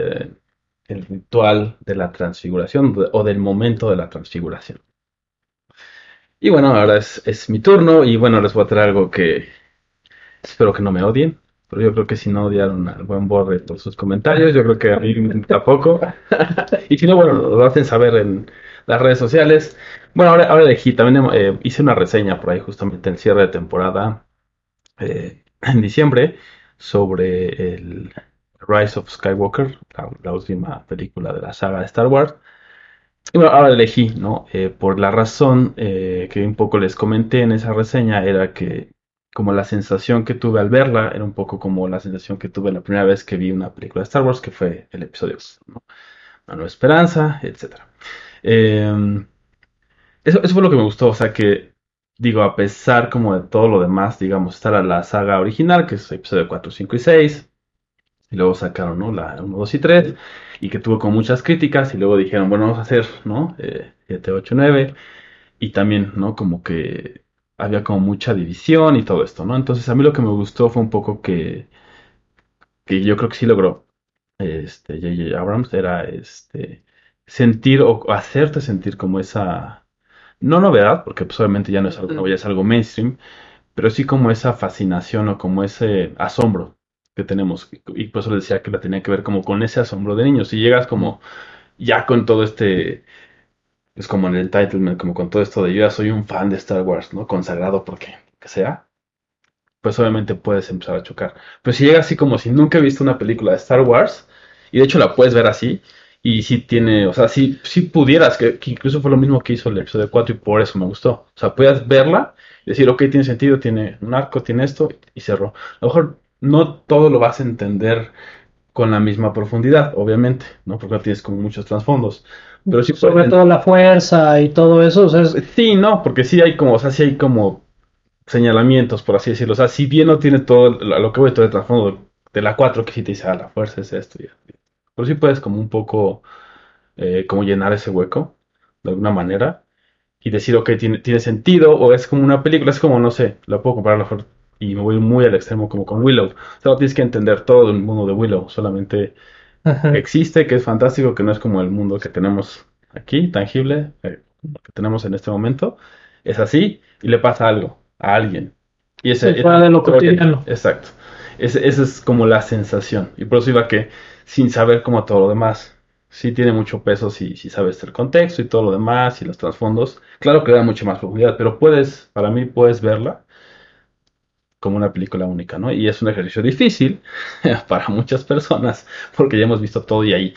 el ritual de la transfiguración o del momento de la transfiguración. Y bueno, ahora es mi turno y bueno, les voy a traer algo que espero que no me odien, pero yo creo que si no odiaron al buen Borre por sus comentarios, yo creo que a mí tampoco. Y si no, bueno, lo hacen saber en las redes sociales. Bueno, ahora elegí, también hice una reseña por ahí justamente en el cierre de temporada en diciembre sobre el Rise of Skywalker, la última película de la saga de Star Wars. Y bueno, ahora elegí, ¿no? Por la razón que un poco les comenté en esa reseña, era que como la sensación que tuve al verla era un poco como la sensación que tuve la primera vez que vi una película de Star Wars, que fue el episodio 2, ¿no? Una Nueva Esperanza, etcétera. Eh, eso fue lo que me gustó, o sea que, digo, a pesar como de todo lo demás, digamos, está la saga original, que es episodio 4, 5 y 6, y luego sacaron, ¿no? La 1, 2 y 3, y que tuvo como muchas críticas, y luego dijeron, bueno, vamos a hacer, ¿no? 7, 8, 9, y también, ¿no? Como que había como mucha división y todo esto, ¿no? Entonces a mí lo que me gustó fue un poco que que yo creo que sí logró J.J. Abrams, era sentir o hacerte sentir como esa, no novedad, porque pues obviamente ya no es algo nuevo, ya es algo mainstream, pero sí como esa fascinación o como ese asombro que tenemos. Y por eso le decía que la tenía que ver como con ese asombro de niños. Si llegas como ya con todo es como en el entitlement, como con todo esto de yo ya soy un fan de Star Wars, ¿no? Consagrado porque que sea, pues obviamente puedes empezar a chocar. Pero si llega así como si nunca he visto una película de Star Wars, y de hecho la puedes ver así, y si tiene, o sea, si pudieras, que incluso fue lo mismo que hizo el episodio 4 y por eso me gustó. O sea, puedes verla y decir, ok, tiene sentido, tiene un arco, tiene esto, y cerró. A lo mejor no todo lo vas a entender con la misma profundidad, obviamente, ¿no? Porque no tienes como muchos trasfondos. Pero sí Sobre todo la fuerza y todo eso, o sea, sí, no, porque sí hay como, o sea, sí hay como señalamientos, por así decirlo. O sea, si bien no tiene todo lo que voy todo el trasfondo de la 4 que sí te dice, la fuerza es esto. Pero sí puedes como un poco, como llenar ese hueco, de alguna manera, y decir, ok, tiene sentido, o es como una película, es como, no sé, la puedo comparar a lo mejor, y me voy muy al extremo como con Willow. O sea, no tienes que entender todo el mundo de Willow, solamente ajá. existe, que es fantástico, que no es como el mundo que tenemos aquí, tangible, que tenemos en este momento. Es así y le pasa algo a alguien. Y Sí, fuera de lo cotidiano. exacto. Esa es como la sensación. Y por eso iba que, sin saber como todo lo demás, sí tiene mucho peso si sabes el contexto y todo lo demás y los trasfondos. Claro que da mucha más profundidad, pero para mí puedes verla como una película única, ¿no? Y es un ejercicio difícil para muchas personas, porque ya hemos visto todo y hay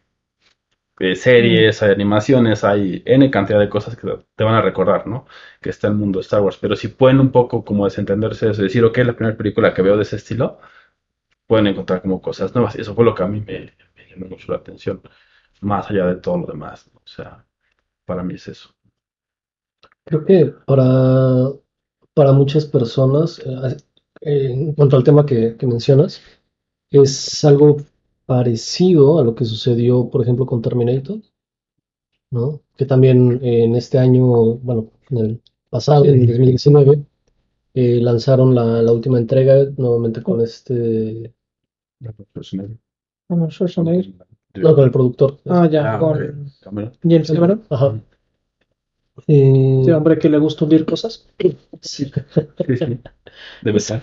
series, hay animaciones, hay N cantidad de cosas que te van a recordar, ¿no? Que está el mundo de Star Wars. Pero si pueden un poco como desentenderse de eso, decir, ok, la primera película que veo de ese estilo, pueden encontrar como cosas nuevas. Y eso fue lo que a mí me llamó mucho la atención, más allá de todo lo demás, ¿no? O sea, para mí es eso. Creo que para muchas personas, en cuanto al tema que mencionas, es algo parecido a lo que sucedió, por ejemplo, con Terminator, ¿no? Que también en este año, bueno, en el pasado, en 2019, lanzaron la última entrega nuevamente con Bueno, Schwarzenegger. no, con el productor. Ah, ya, Ok. con Cameron. James Cameron. Ajá. Sí, hombre que le gusta hundir cosas. Sí, sí. Debe ser.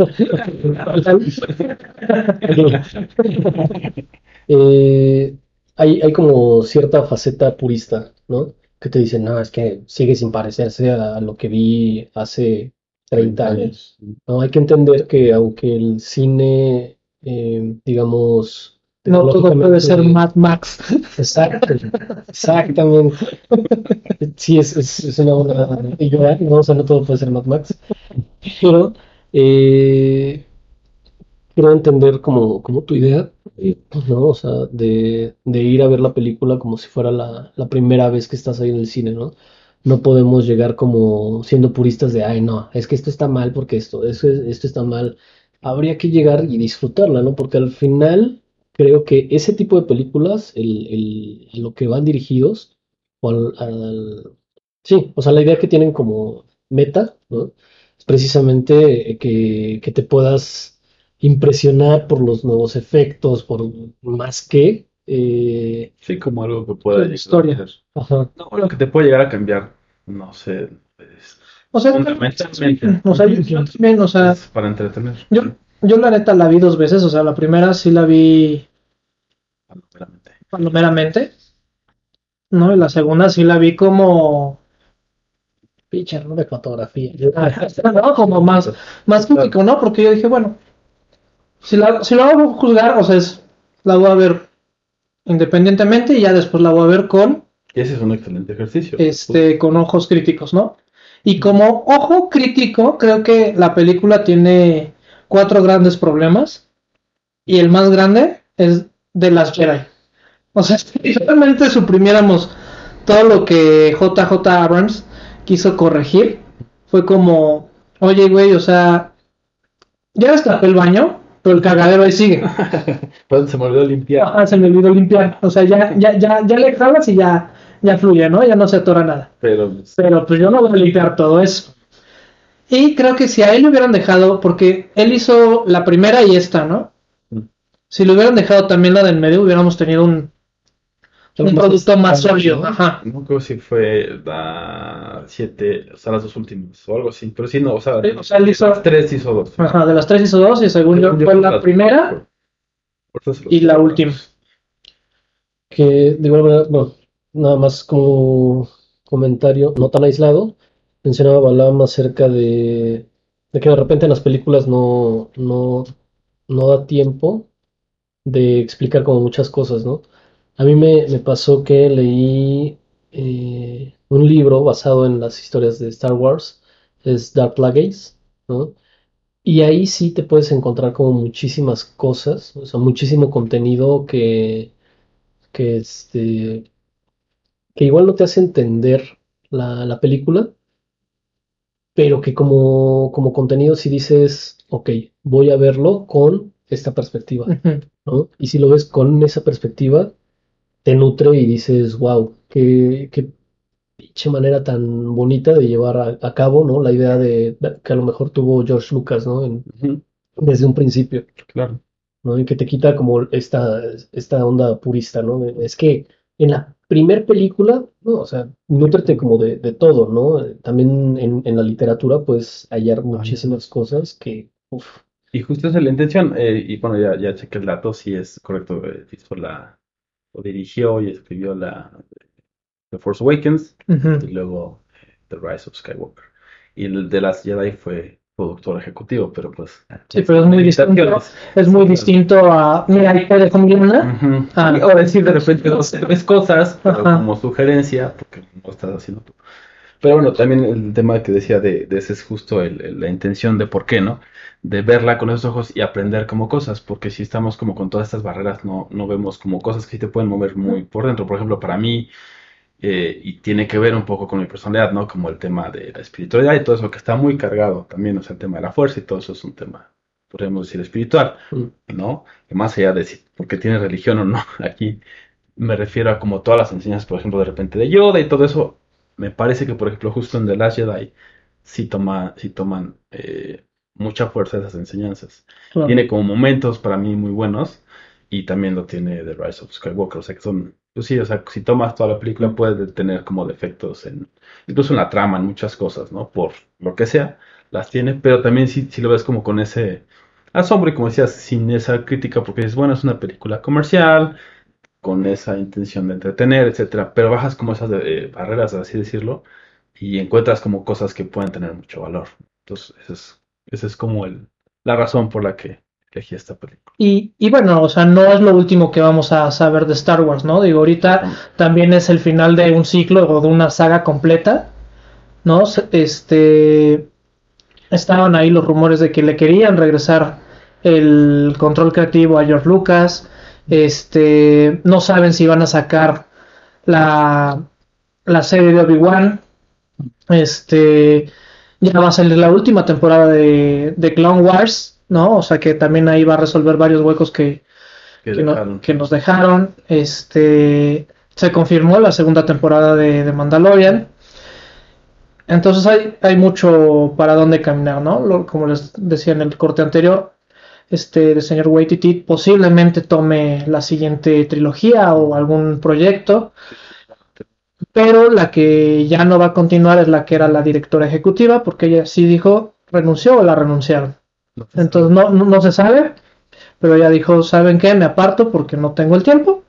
Eh, hay como cierta faceta purista, ¿no? Que te dicen, no, es que sigue sin parecerse a lo que vi hace 30 años. No, hay que entender que aunque el cine, digamos, No todo puede ser tecnológicamente- Mad Max. Exacto, exactamente. Sí, es una buena idea, ¿no? O sea, no todo puede ser Mad Max. Pero eh, quiero entender como tu idea, ¿no? O sea, de ir a ver la película como si fuera la primera vez que estás ahí en el cine, ¿no? No podemos llegar como siendo puristas de, ay, no, es que esto está mal porque esto está mal. Habría que llegar y disfrutarla, ¿no? Porque al final creo que ese tipo de películas, a lo que van dirigidos, o sí, o sea, la idea que tienen como meta, ¿no? Es precisamente que te puedas impresionar por los nuevos efectos, por más que... Sí, como algo que pueda La llegar historia. a ser. ajá. No, lo que te puede llegar a cambiar, no sé, O sea, fundamentalmente. o sea, yo también, o sea, Es para entretener. yo, yo la neta la vi 2 veces, o sea, la primera sí la vi Palomeramente. palomeramente, ¿no? Y la segunda sí la vi como pitcher, ¿no? De fotografía. ¿No? Como más crítico, ¿no? Porque yo dije, bueno, si la voy a juzgar, o sea, la voy a ver independientemente y ya después la voy a ver con Y ese es un excelente ejercicio. con ojos críticos, ¿no? Y como ojo crítico, creo que la película tiene 4 grandes problemas y el más grande es de las Jedi. O sea, si realmente suprimiéramos todo lo que JJ Abrams quiso corregir, fue como, oye, güey, o sea, ya destapé el baño, pero el cagadero ahí sigue. Pues se me olvidó limpiar. Ajá, se me olvidó limpiar. O sea, ya le jalas y ya fluye, ¿no? Ya no se atora nada. Pero Pero pues yo no voy a limpiar todo eso. Y creo que si a él le hubieran dejado, porque él hizo la primera y esta, ¿no? Si le hubieran dejado también la del medio, hubiéramos tenido un producto más sólido. ¿no? Ajá. No creo si fue la 7, o sea, las dos últimas, o algo así. Pero sí, no, o sea, Sí, o sea, él hizo- las 3 hizo 2. Ajá, de las 3 hizo 2 y según yo fue la primera y la última. Que de igual manera, bueno, nada más como comentario, no tan aislado, mencionaba Balam acerca de que de repente en las películas no da tiempo de explicar como muchas cosas, ¿no? A mí me pasó que leí un libro basado en las historias de Star Wars, es Dark Plagueis, ¿no? Y ahí sí te puedes encontrar como muchísimas cosas, o sea, muchísimo contenido que que igual no te hace entender la película, pero que como contenido si dices, ok, voy a verlo con esta perspectiva, Ujú. ¿no? Y si lo ves con esa perspectiva, te nutre y dices, wow, qué pinche manera tan bonita de llevar a cabo, ¿no? La idea que a lo mejor tuvo George Lucas, ¿no? Ujú, Desde un principio. claro. ¿No? Y que te quita como esta onda purista, ¿no? Es que en la primer película, no, o sea, nútrete como de todo, ¿no? También en la literatura puedes hallar muchísimas cosas que, uf, Y justo esa es la intención. Y bueno, ya chequé el dato, sí es correcto. Hizo o dirigió y escribió The Force Awakens Ujú. y luego The Rise of Skywalker. Y el de Last Jedi fue productor ejecutivo, pero pues. Sí, pero es muy distinto. limitaciones. Es muy distinto a. Mira, ahí te dejo mi luna. Ujú. Ah. O decir de repente dos, tres cosas, pero Ajá. como sugerencia, porque no estás haciendo tú. Pero bueno, también el tema que decía de ese es justo la intención de por qué, ¿no? De verla con esos ojos y aprender como cosas, porque si estamos como con todas estas barreras, no vemos como cosas que sí te pueden mover muy por dentro. Por ejemplo, para mí, y tiene que ver un poco con mi personalidad, ¿no? Como el tema de la espiritualidad y todo eso que está muy cargado también, o sea, el tema de la fuerza y todo eso es un tema, podríamos decir, espiritual, ¿no? Que más allá de si porque tiene religión o no, aquí me refiero a como todas las enseñanzas, por ejemplo, de repente de Yoda y todo eso, me parece que, por ejemplo, justo en The Last Jedi sí toman mucha fuerza esas enseñanzas. Claro. Tiene como momentos para mí muy buenos y también lo tiene The Rise of Skywalker, o sea que son, pues sí, o sea, si tomas toda la película puede tener como defectos incluso en la trama, en muchas cosas, ¿no? Por lo que sea, las tiene, pero también si lo ves como con ese asombro y como decías, sin esa crítica, porque es bueno, es una película comercial, con esa intención de entretener, etcétera, pero bajas como esas barreras, así decirlo, y encuentras como cosas que pueden tener mucho valor. Entonces, esa es como la razón por la que elegí esta película. Y bueno, o sea, no es lo último que vamos a saber de Star Wars, ¿no? Digo, ahorita también es el final de un ciclo o de una saga completa, ¿no? Estaban ahí los rumores de que le querían regresar el control creativo a George Lucas. No saben si van a sacar la, la serie de Obi-Wan. Ya va a salir la última temporada de Clone Wars, ¿no? O sea que también ahí va a resolver varios huecos que nos dejaron. Se confirmó la segunda temporada de Mandalorian. Entonces hay mucho para dónde caminar, ¿no? Como les decía en el corte anterior, el señor Waititi posiblemente tome la siguiente trilogía o algún proyecto, pero la que ya no va a continuar es la que era la directora ejecutiva, porque ella sí dijo, renunció o la renunciaron. Entonces no se sabe, pero ella dijo, ¿saben qué? Me aparto porque no tengo el tiempo.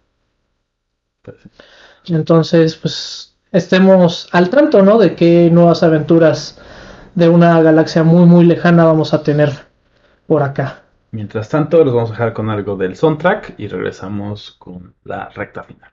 Entonces, pues estemos al tanto, ¿no? De qué nuevas aventuras de una galaxia muy muy lejana vamos a tener por acá. Mientras tanto, los vamos a dejar con algo del soundtrack y regresamos con la recta final.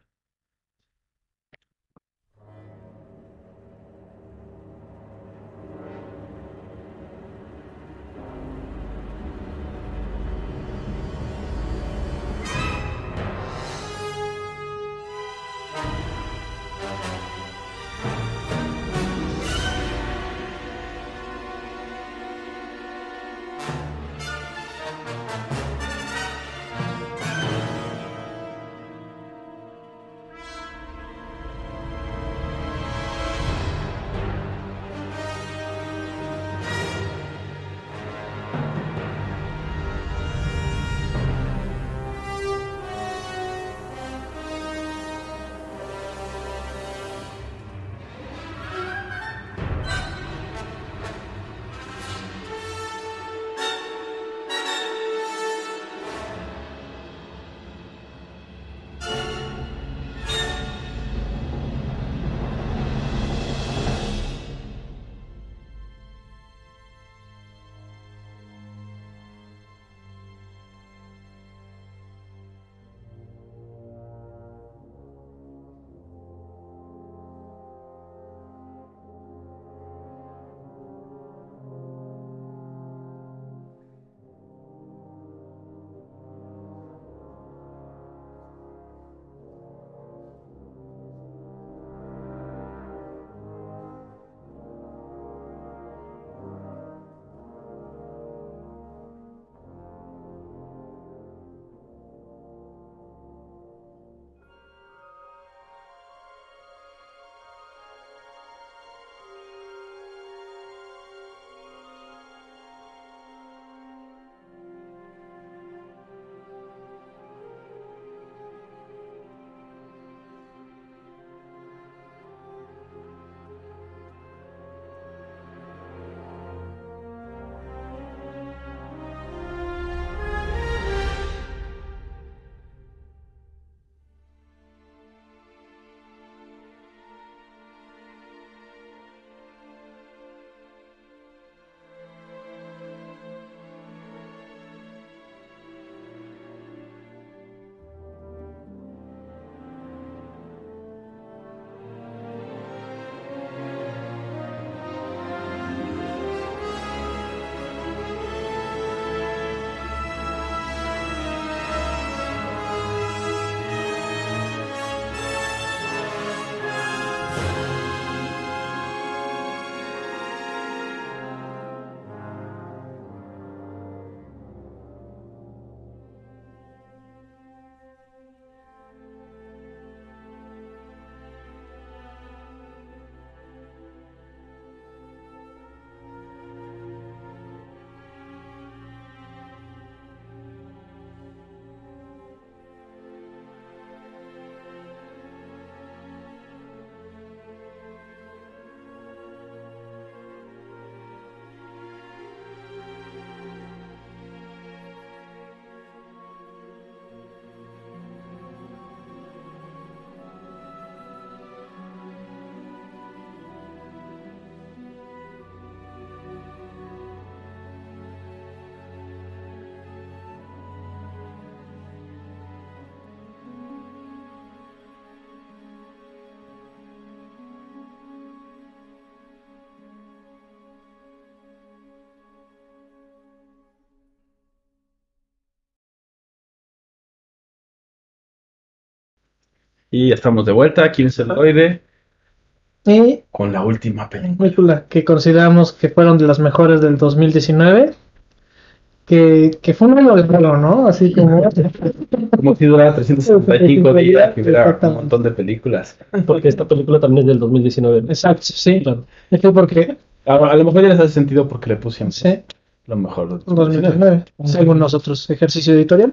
Y estamos de vuelta aquí en Celoide Y con la última película. película que consideramos que fueron de las mejores del 2019, que fue un año de vuelo, ¿no? Así como... Como si durara 365 días y hubiera un Exactamente. montón de películas. Porque esta película también es del 2019. Exacto, sí. Claro. Es que porque... A lo mejor ya les hace sentido porque le pusimos Sí, lo mejor del 2019, según nosotros, ejercicio editorial.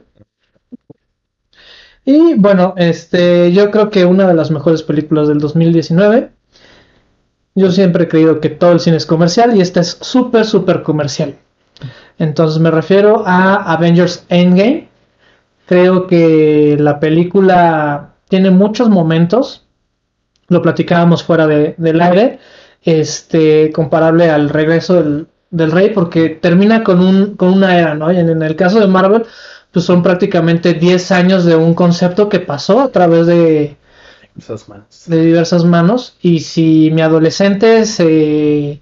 Y bueno, yo creo que una de las mejores películas del 2019. Yo siempre he creído que todo el cine es comercial y esta es súper, súper comercial. Entonces me refiero a Avengers Endgame. Creo que la película tiene muchos momentos, lo platicábamos fuera del aire, comparable al regreso del rey, porque termina con una era, ¿no? Y en el caso de Marvel, pues son prácticamente 10 años de un concepto que pasó a través de esas manos. diversas manos. Y si mi adolescente se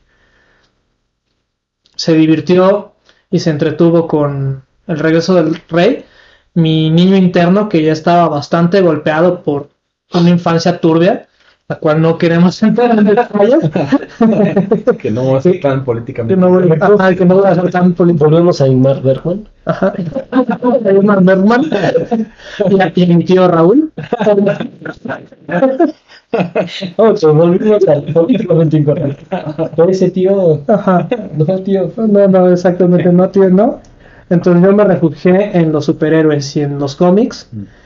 divirtió y se entretuvo con el regreso del rey, mi niño interno, que ya estaba bastante golpeado por una infancia turbia, la cual no queremos entrar en detalles, Que no va a ser tan que políticamente. no voy a ser tan político. Volvemos a Ingmar Bergman. Ajá. Ingmar Bergman y mi tío Raúl. Volvimos al políticamente incorrecto. Pero ese tío, Ajá. no tío. No, exactamente, no, tío, no. Entonces yo me refugié en los superhéroes y en los cómics.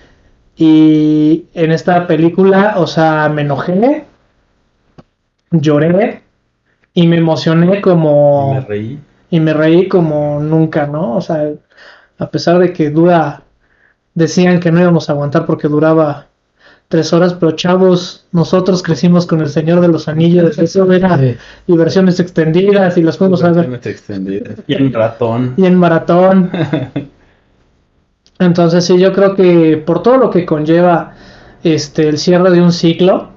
Y en esta película, o sea, me enojé, lloré y me emocioné como... Me reí. Y me reí como nunca, ¿no? O sea, a pesar de que decían que no íbamos a aguantar porque duraba 3 horas, pero chavos, nosotros crecimos con El Señor de los Anillos, eso era y versiones extendidas y las fuimos a ver Y en ratón. y en maratón. Entonces sí, yo creo que por todo lo que conlleva el cierre de un ciclo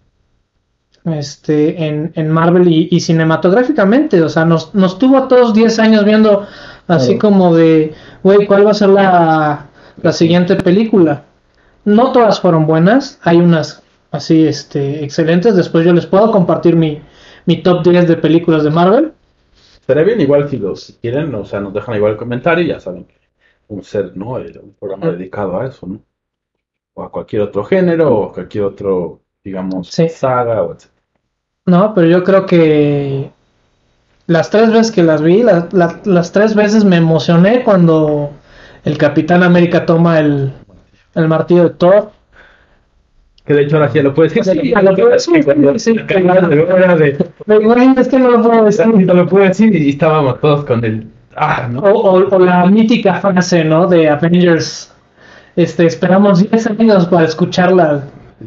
en Marvel y cinematográficamente, o sea, nos tuvo a todos 10 años viendo así como de, güey, ¿cuál va a ser la siguiente película? No todas fueron buenas, hay unas así excelentes. Después yo les puedo compartir mi top 10 de películas de Marvel. Estaría bien igual si quieren, o sea, nos dejan igual el comentario y ya saben que un ser, ¿no? Un programa dedicado a eso, ¿no? O a cualquier otro género, o a cualquier otro, digamos, Sí. saga, o etc. No, pero yo creo que las 3 veces que las vi, las 3 veces me emocioné cuando el Capitán América toma el martillo de Thor. Que de hecho ahora sí lo puedes decir. Sí, lo puedo decir, sí, Es que no lo puedo decir. lo puedo decir y estábamos todos con el... ¿no? O la mítica frase, ¿no? De Avengers. Esperamos 10 años para escucharla.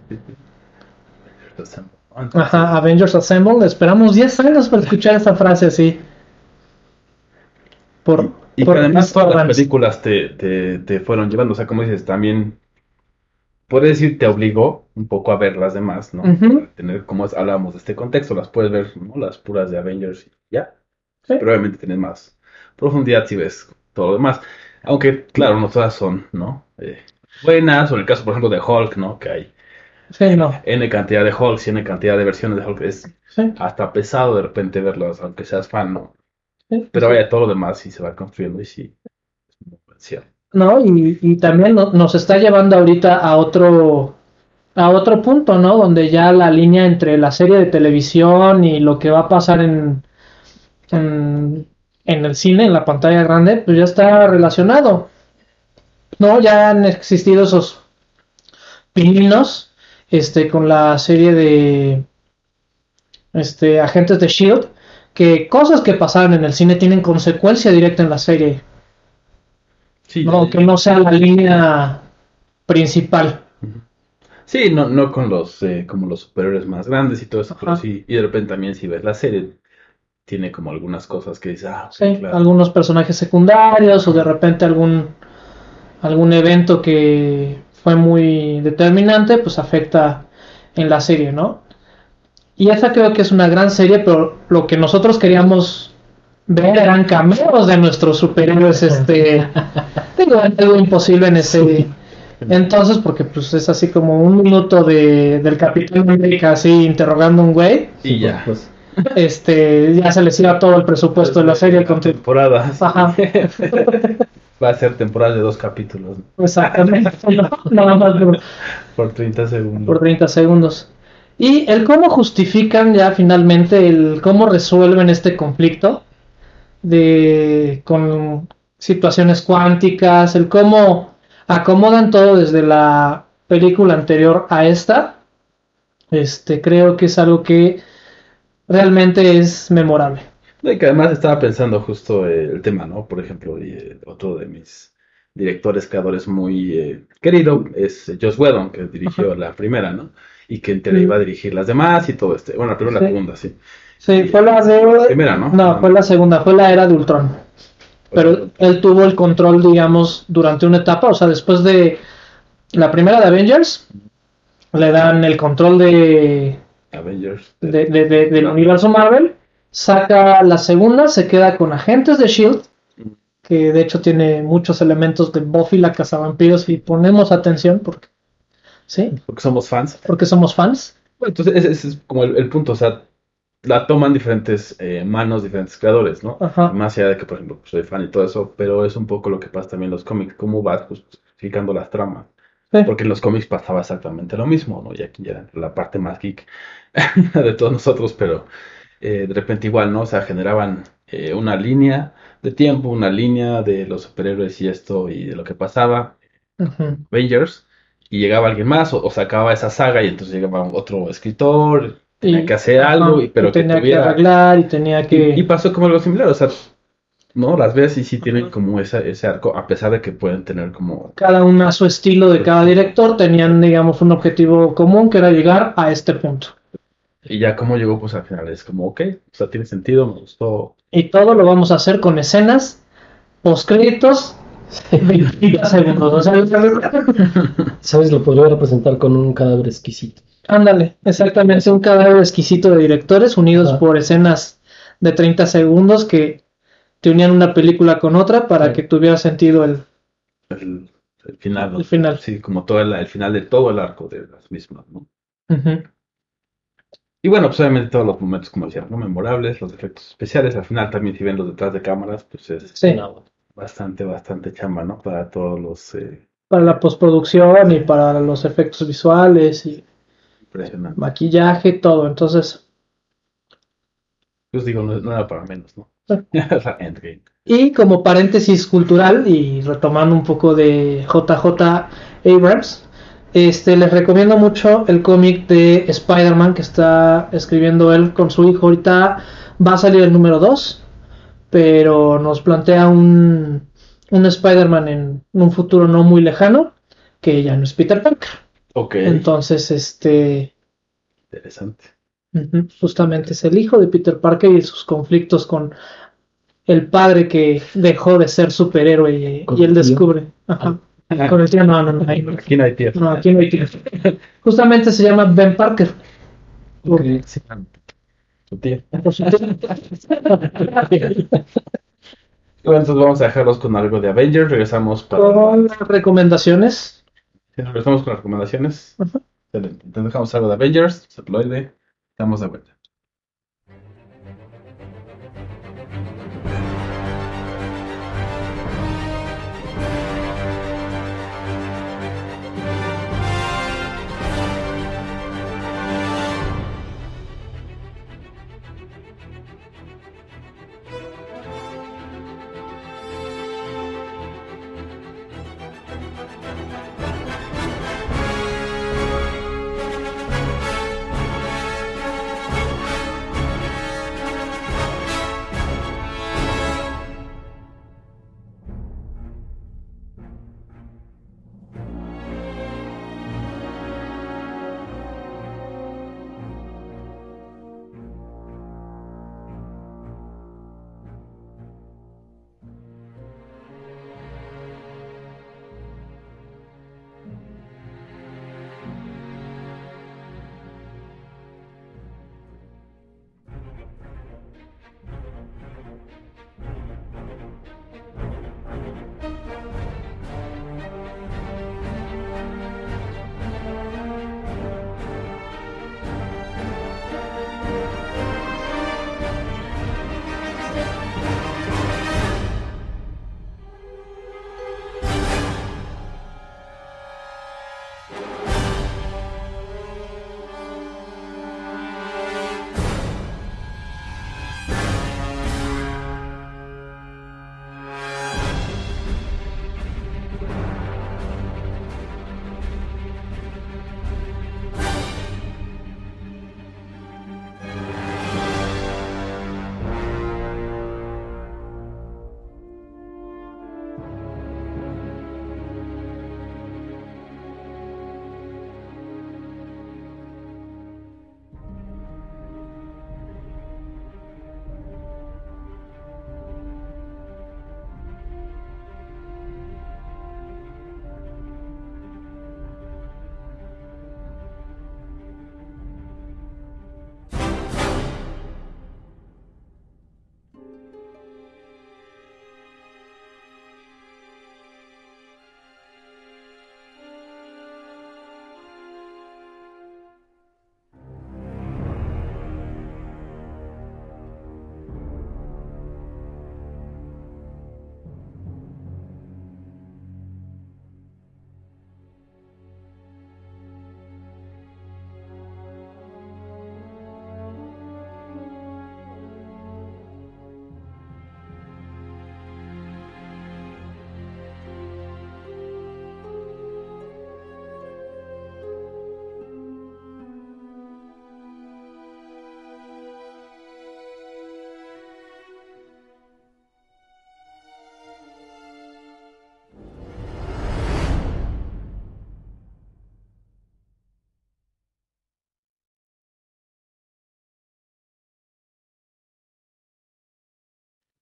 Ajá, Avengers Assemble. Esperamos 10 años para escuchar esa frase así. Y que además todas las películas te fueron llevando, o sea, como dices, también puedes decir, te obligó un poco a ver las demás, ¿no? Para tener, como hablábamos de este contexto, las puedes ver, ¿no? Las puras de Avengers y ya. Sí. Pero obviamente tienes más profundidad si ves todo lo demás. Aunque, claro, no todas son, ¿no? Buenas, o en el caso, por ejemplo, de Hulk, ¿no? Que hay N cantidad de Hulks y N cantidad de versiones de Hulk. Es hasta pesado de repente verlas, aunque seas fan, ¿no? Pero vaya, todo lo demás sí se va construyendo y sí es muy cierto. No, y también nos está llevando ahorita a otro punto, ¿no? Donde ya la línea entre la serie de televisión y lo que va a pasar en el cine, en la pantalla grande, pues ya está relacionado, ¿no? Ya han existido esos pininos, con la serie de Agentes de S.H.I.E.L.D., que cosas que pasaron en el cine tienen consecuencia directa en la serie. Sí, no, que no sea la línea principal. Sí, no con los como los superhéroes más grandes y todo eso, pero sí, y de repente también si ves la serie, tiene como algunas cosas que dices, sí, claro. Algunos personajes secundarios o de repente algún evento que fue muy determinante, pues afecta en la serie, ¿no? Y esa creo que es una gran serie, pero lo que nosotros queríamos ver eran cameos de nuestros superhéroes. Tengo algo imposible en Entonces, porque pues es así como un minuto del Capitán América así interrogando a un güey, Y ya. Pues, ya se les iba todo el presupuesto de la serie con temporadas. Ajá. Va a ser temporada de 2 capítulos, ¿no? Exactamente, no, nada más Por 30 segundos. por 30 segundos. Y el cómo justifican ya finalmente el cómo resuelven este conflicto con situaciones cuánticas, el cómo acomodan todo desde la película anterior a esta, creo que es algo que realmente es memorable. Y que además estaba pensando justo el tema, ¿no? Por ejemplo, otro de mis directores, creadores muy querido es Joss Whedon, que dirigió la primera, ¿no? Y que entera iba a dirigir las demás y todo Bueno, la primera y la segunda, sí. Sí, fue la primera, ¿no? No, fue la segunda, fue la era de Ultron. Pero él tuvo el control, digamos, durante una etapa, o sea, después de la primera de Avengers, le dan el control de Avengers. del universo Marvel, saca la segunda, se queda con Agentes de S.H.I.E.L.D., que de hecho tiene muchos elementos de Buffy la cazavampiros y ponemos atención porque Porque somos fans. Porque somos fans. Bueno, entonces ese es como el punto, o sea, la toman diferentes manos, diferentes creadores, ¿no? Ajá. Más allá de que, por ejemplo, soy fan y todo eso, pero es un poco lo que pasa también en los cómics, cómo vas justificando las tramas. Sí. Porque en los cómics pasaba exactamente lo mismo, ¿no? Y aquí ya era la parte más geek de todos nosotros, pero de repente igual, ¿no? O sea, generaban una línea de tiempo, una línea de los superhéroes y esto y de lo que pasaba, Ujú. Avengers, y llegaba alguien más o se acababa esa saga y entonces llegaba otro escritor, tenía que hacer algo, pero que tenía tuviera... que arreglar y tenía que... Y pasó como algo similar, o sea, ¿no? Las ves y sí tienen como ese arco, a pesar de que pueden tener como... Cada uno a su estilo de cada director, tenían, digamos, un objetivo común que era llegar a este punto. Y ya como llegó, pues al final es como, ok, o sea, tiene sentido, me gustó. Y todo lo vamos a hacer con escenas, postcréditos, 20 segundos. O sea, ¿sabes? Lo podría representar con un cadáver exquisito. ándale, exactamente, un cadáver exquisito de directores unidos Ajá. por escenas de 30 segundos que te unían una película con otra para Sí. que tuviera sentido el El final, ¿no? El final. Sí, como todo el final de todo el arco de las mismas, ¿no? Ujú. Y bueno, pues obviamente todos los momentos, como decía, ¿no? Memorables, los efectos especiales, al final también si ven los detrás de cámaras, pues es Sí, No, bastante chamba, ¿no? Para todos los para la postproducción y para los efectos visuales y impresionantes. maquillaje, todo. Entonces, Pues digo, no era para menos, ¿no? O sea, Endgame. y como paréntesis cultural y retomando un poco de JJ Abrams, les recomiendo mucho el cómic de Spider-Man que está escribiendo él con su hijo. Ahorita va a salir el número 2, pero nos plantea un Spider-Man en un futuro no muy lejano, que ya no es Peter Parker. Ok, Entonces, interesante. justamente es el hijo de Peter Parker y sus conflictos con el padre que dejó de ser superhéroe y ¿Con él el tío? descubre. Ajá. Con el tío, no, ahí no. Aquí no hay tiempo. No, aquí no hay tío. Justamente se llama Ben Parker. ok. Sí, tu tío. Por su tío. Bueno, entonces vamos a dejarlos con algo de Avengers. Regresamos Con las recomendaciones. regresamos con las recomendaciones. Ajá. Excelente. Entonces dejamos algo de Avengers, Celuloide. Estamos de vuelta.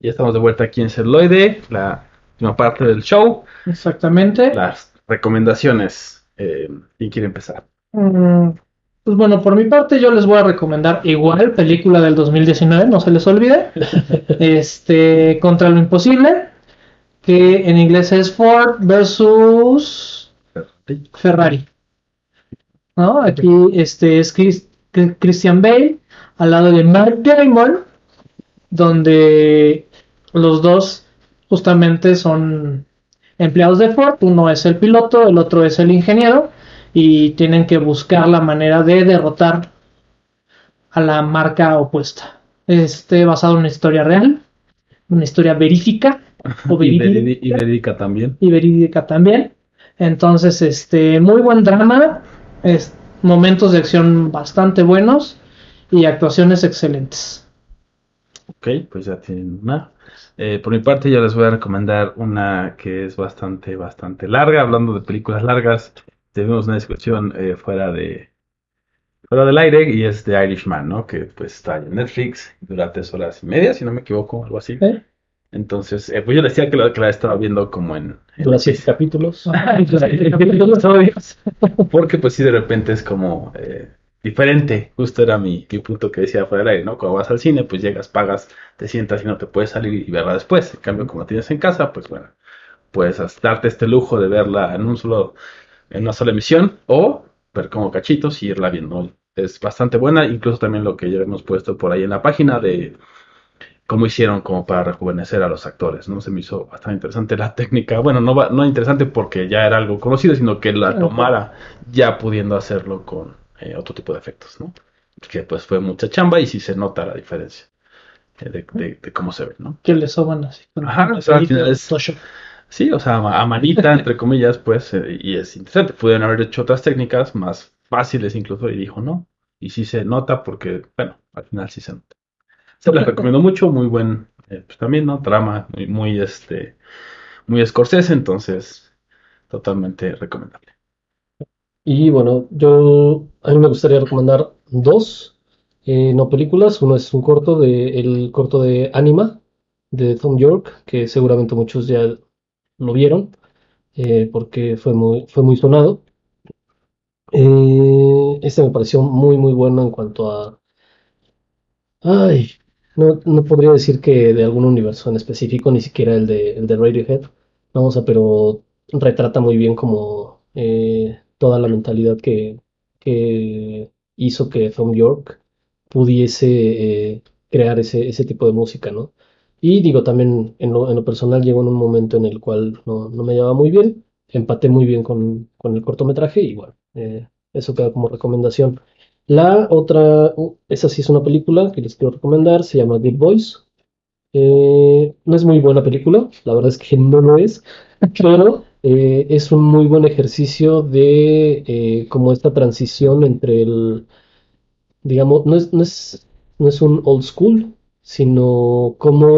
Ya estamos de vuelta aquí en Celuloide, la última parte del show. Exactamente. Las recomendaciones. ¿Quién quiere empezar? Mm, Pues bueno, por mi parte yo les voy a recomendar igual película del 2019, no se les olvide. Contra lo Imposible, que en inglés es Ford versus Ferrari, ¿no? Aquí es Christian Bale al lado de Matt Damon, donde los dos justamente son empleados de Ford, uno es el piloto, el otro es el ingeniero, y tienen que buscar la manera de derrotar a la marca opuesta. Basado en una historia real, una historia verídica, o Y verídica, Verídica también. y verídica también. Entonces, muy buen drama, momentos de acción bastante buenos y actuaciones excelentes. Ok, pues ya tienen una. Por mi parte, yo les voy a recomendar una que es bastante larga. Hablando de películas largas, tuvimos una discusión fuera del aire y es The Irishman, ¿no? Que pues está en Netflix, dura 3 horas y media, si no me equivoco, algo así. ¿Eh? Entonces, pues yo decía que la estaba viendo como en Dura 7 capítulos. porque pues sí, de repente es como diferente. Justo era mi punto que decía fuera del aire, ¿no? Cuando vas al cine, pues llegas, pagas, te sientas y no te puedes salir y verla después. En cambio, como la tienes en casa, pues bueno, puedes darte este lujo de verla en una sola emisión o ver como cachitos y irla viendo. Es bastante buena, incluso también lo que ya hemos puesto por ahí en la página de cómo hicieron como para rejuvenecer a los actores, ¿no? Se me hizo bastante interesante la técnica. Bueno, no interesante porque ya era algo conocido, sino que la tomara ya pudiendo hacerlo con otro tipo de efectos, ¿no? Que pues fue mucha chamba y sí se nota la diferencia de cómo se ve, ¿no? Que le soban así con Ajá, o sea, al final es, Photoshop. sí, o sea, a manita, entre comillas, pues, y es interesante. Pudieron haber hecho otras técnicas más fáciles incluso y dijo no. Y sí se nota porque, bueno, al final sí se nota. Se les recomiendo mucho, muy buen, pues también, ¿no? Trama, muy Scorsese, entonces, totalmente recomendable. Y bueno, a mí me gustaría recomendar dos, no películas. Uno es el corto de Anima, de Tom York, que seguramente muchos ya lo vieron, porque fue muy sonado. Este me pareció muy bueno en cuanto a... Ay, no podría decir que de algún universo en específico, ni siquiera el de Radiohead. Vamos a, pero retrata muy bien como toda la mentalidad que hizo que Thom York pudiese crear ese tipo de música, ¿no? Y digo, también en lo personal llegó en un momento en el cual no me llevaba muy bien, empaté muy bien con el cortometraje y bueno, eso queda como recomendación. La otra, esa sí es una película que les quiero recomendar, se llama Good Boys. No es muy buena película, la verdad es que no lo es, pero es un muy buen ejercicio de como esta transición entre digamos, no es un old school, sino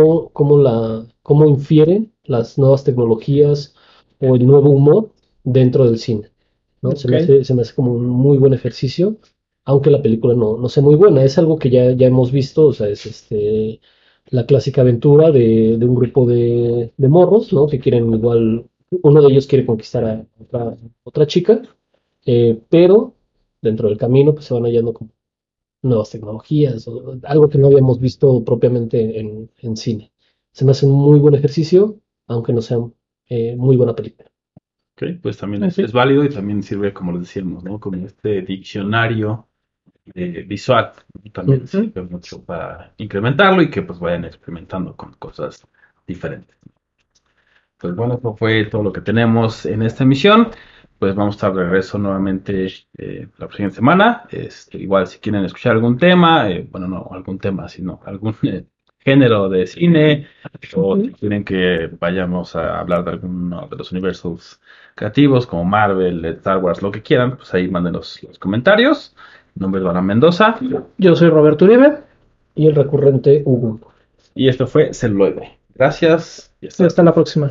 cómo infiere las nuevas tecnologías o el nuevo humor dentro del cine, ¿no? Ok. Se me hace como un muy buen ejercicio, aunque la película no sea muy buena. Es algo que ya hemos visto, o sea, es la clásica aventura de un grupo de morros, ¿no? Que quieren igual, uno de ellos quiere conquistar a otra chica, pero dentro del camino pues se van hallando como nuevas tecnologías o algo que no habíamos visto propiamente en cine. Se me hace un muy buen ejercicio, aunque no sea muy buena película. Ok, pues también Ok. es válido y también sirve, como les decíamos, ¿no? Como este diccionario visual, ¿no? También Ujú. sirve mucho para incrementarlo y que pues vayan experimentando con cosas diferentes. Pues bueno, eso fue todo lo que tenemos en esta emisión. Pues vamos a estar de regreso nuevamente la próxima semana. Igual si quieren escuchar algún tema, bueno, no algún tema, sino algún género de cine, o si quieren que vayamos a hablar de alguno de los universos creativos como Marvel, Star Wars, lo que quieran, pues ahí manden los comentarios. Mi nombre es Dana Mendoza Yo soy Roberto Uribe Y el recurrente Hugo. y esto fue Celuloide. Gracias y hasta y la hasta la próxima. próxima.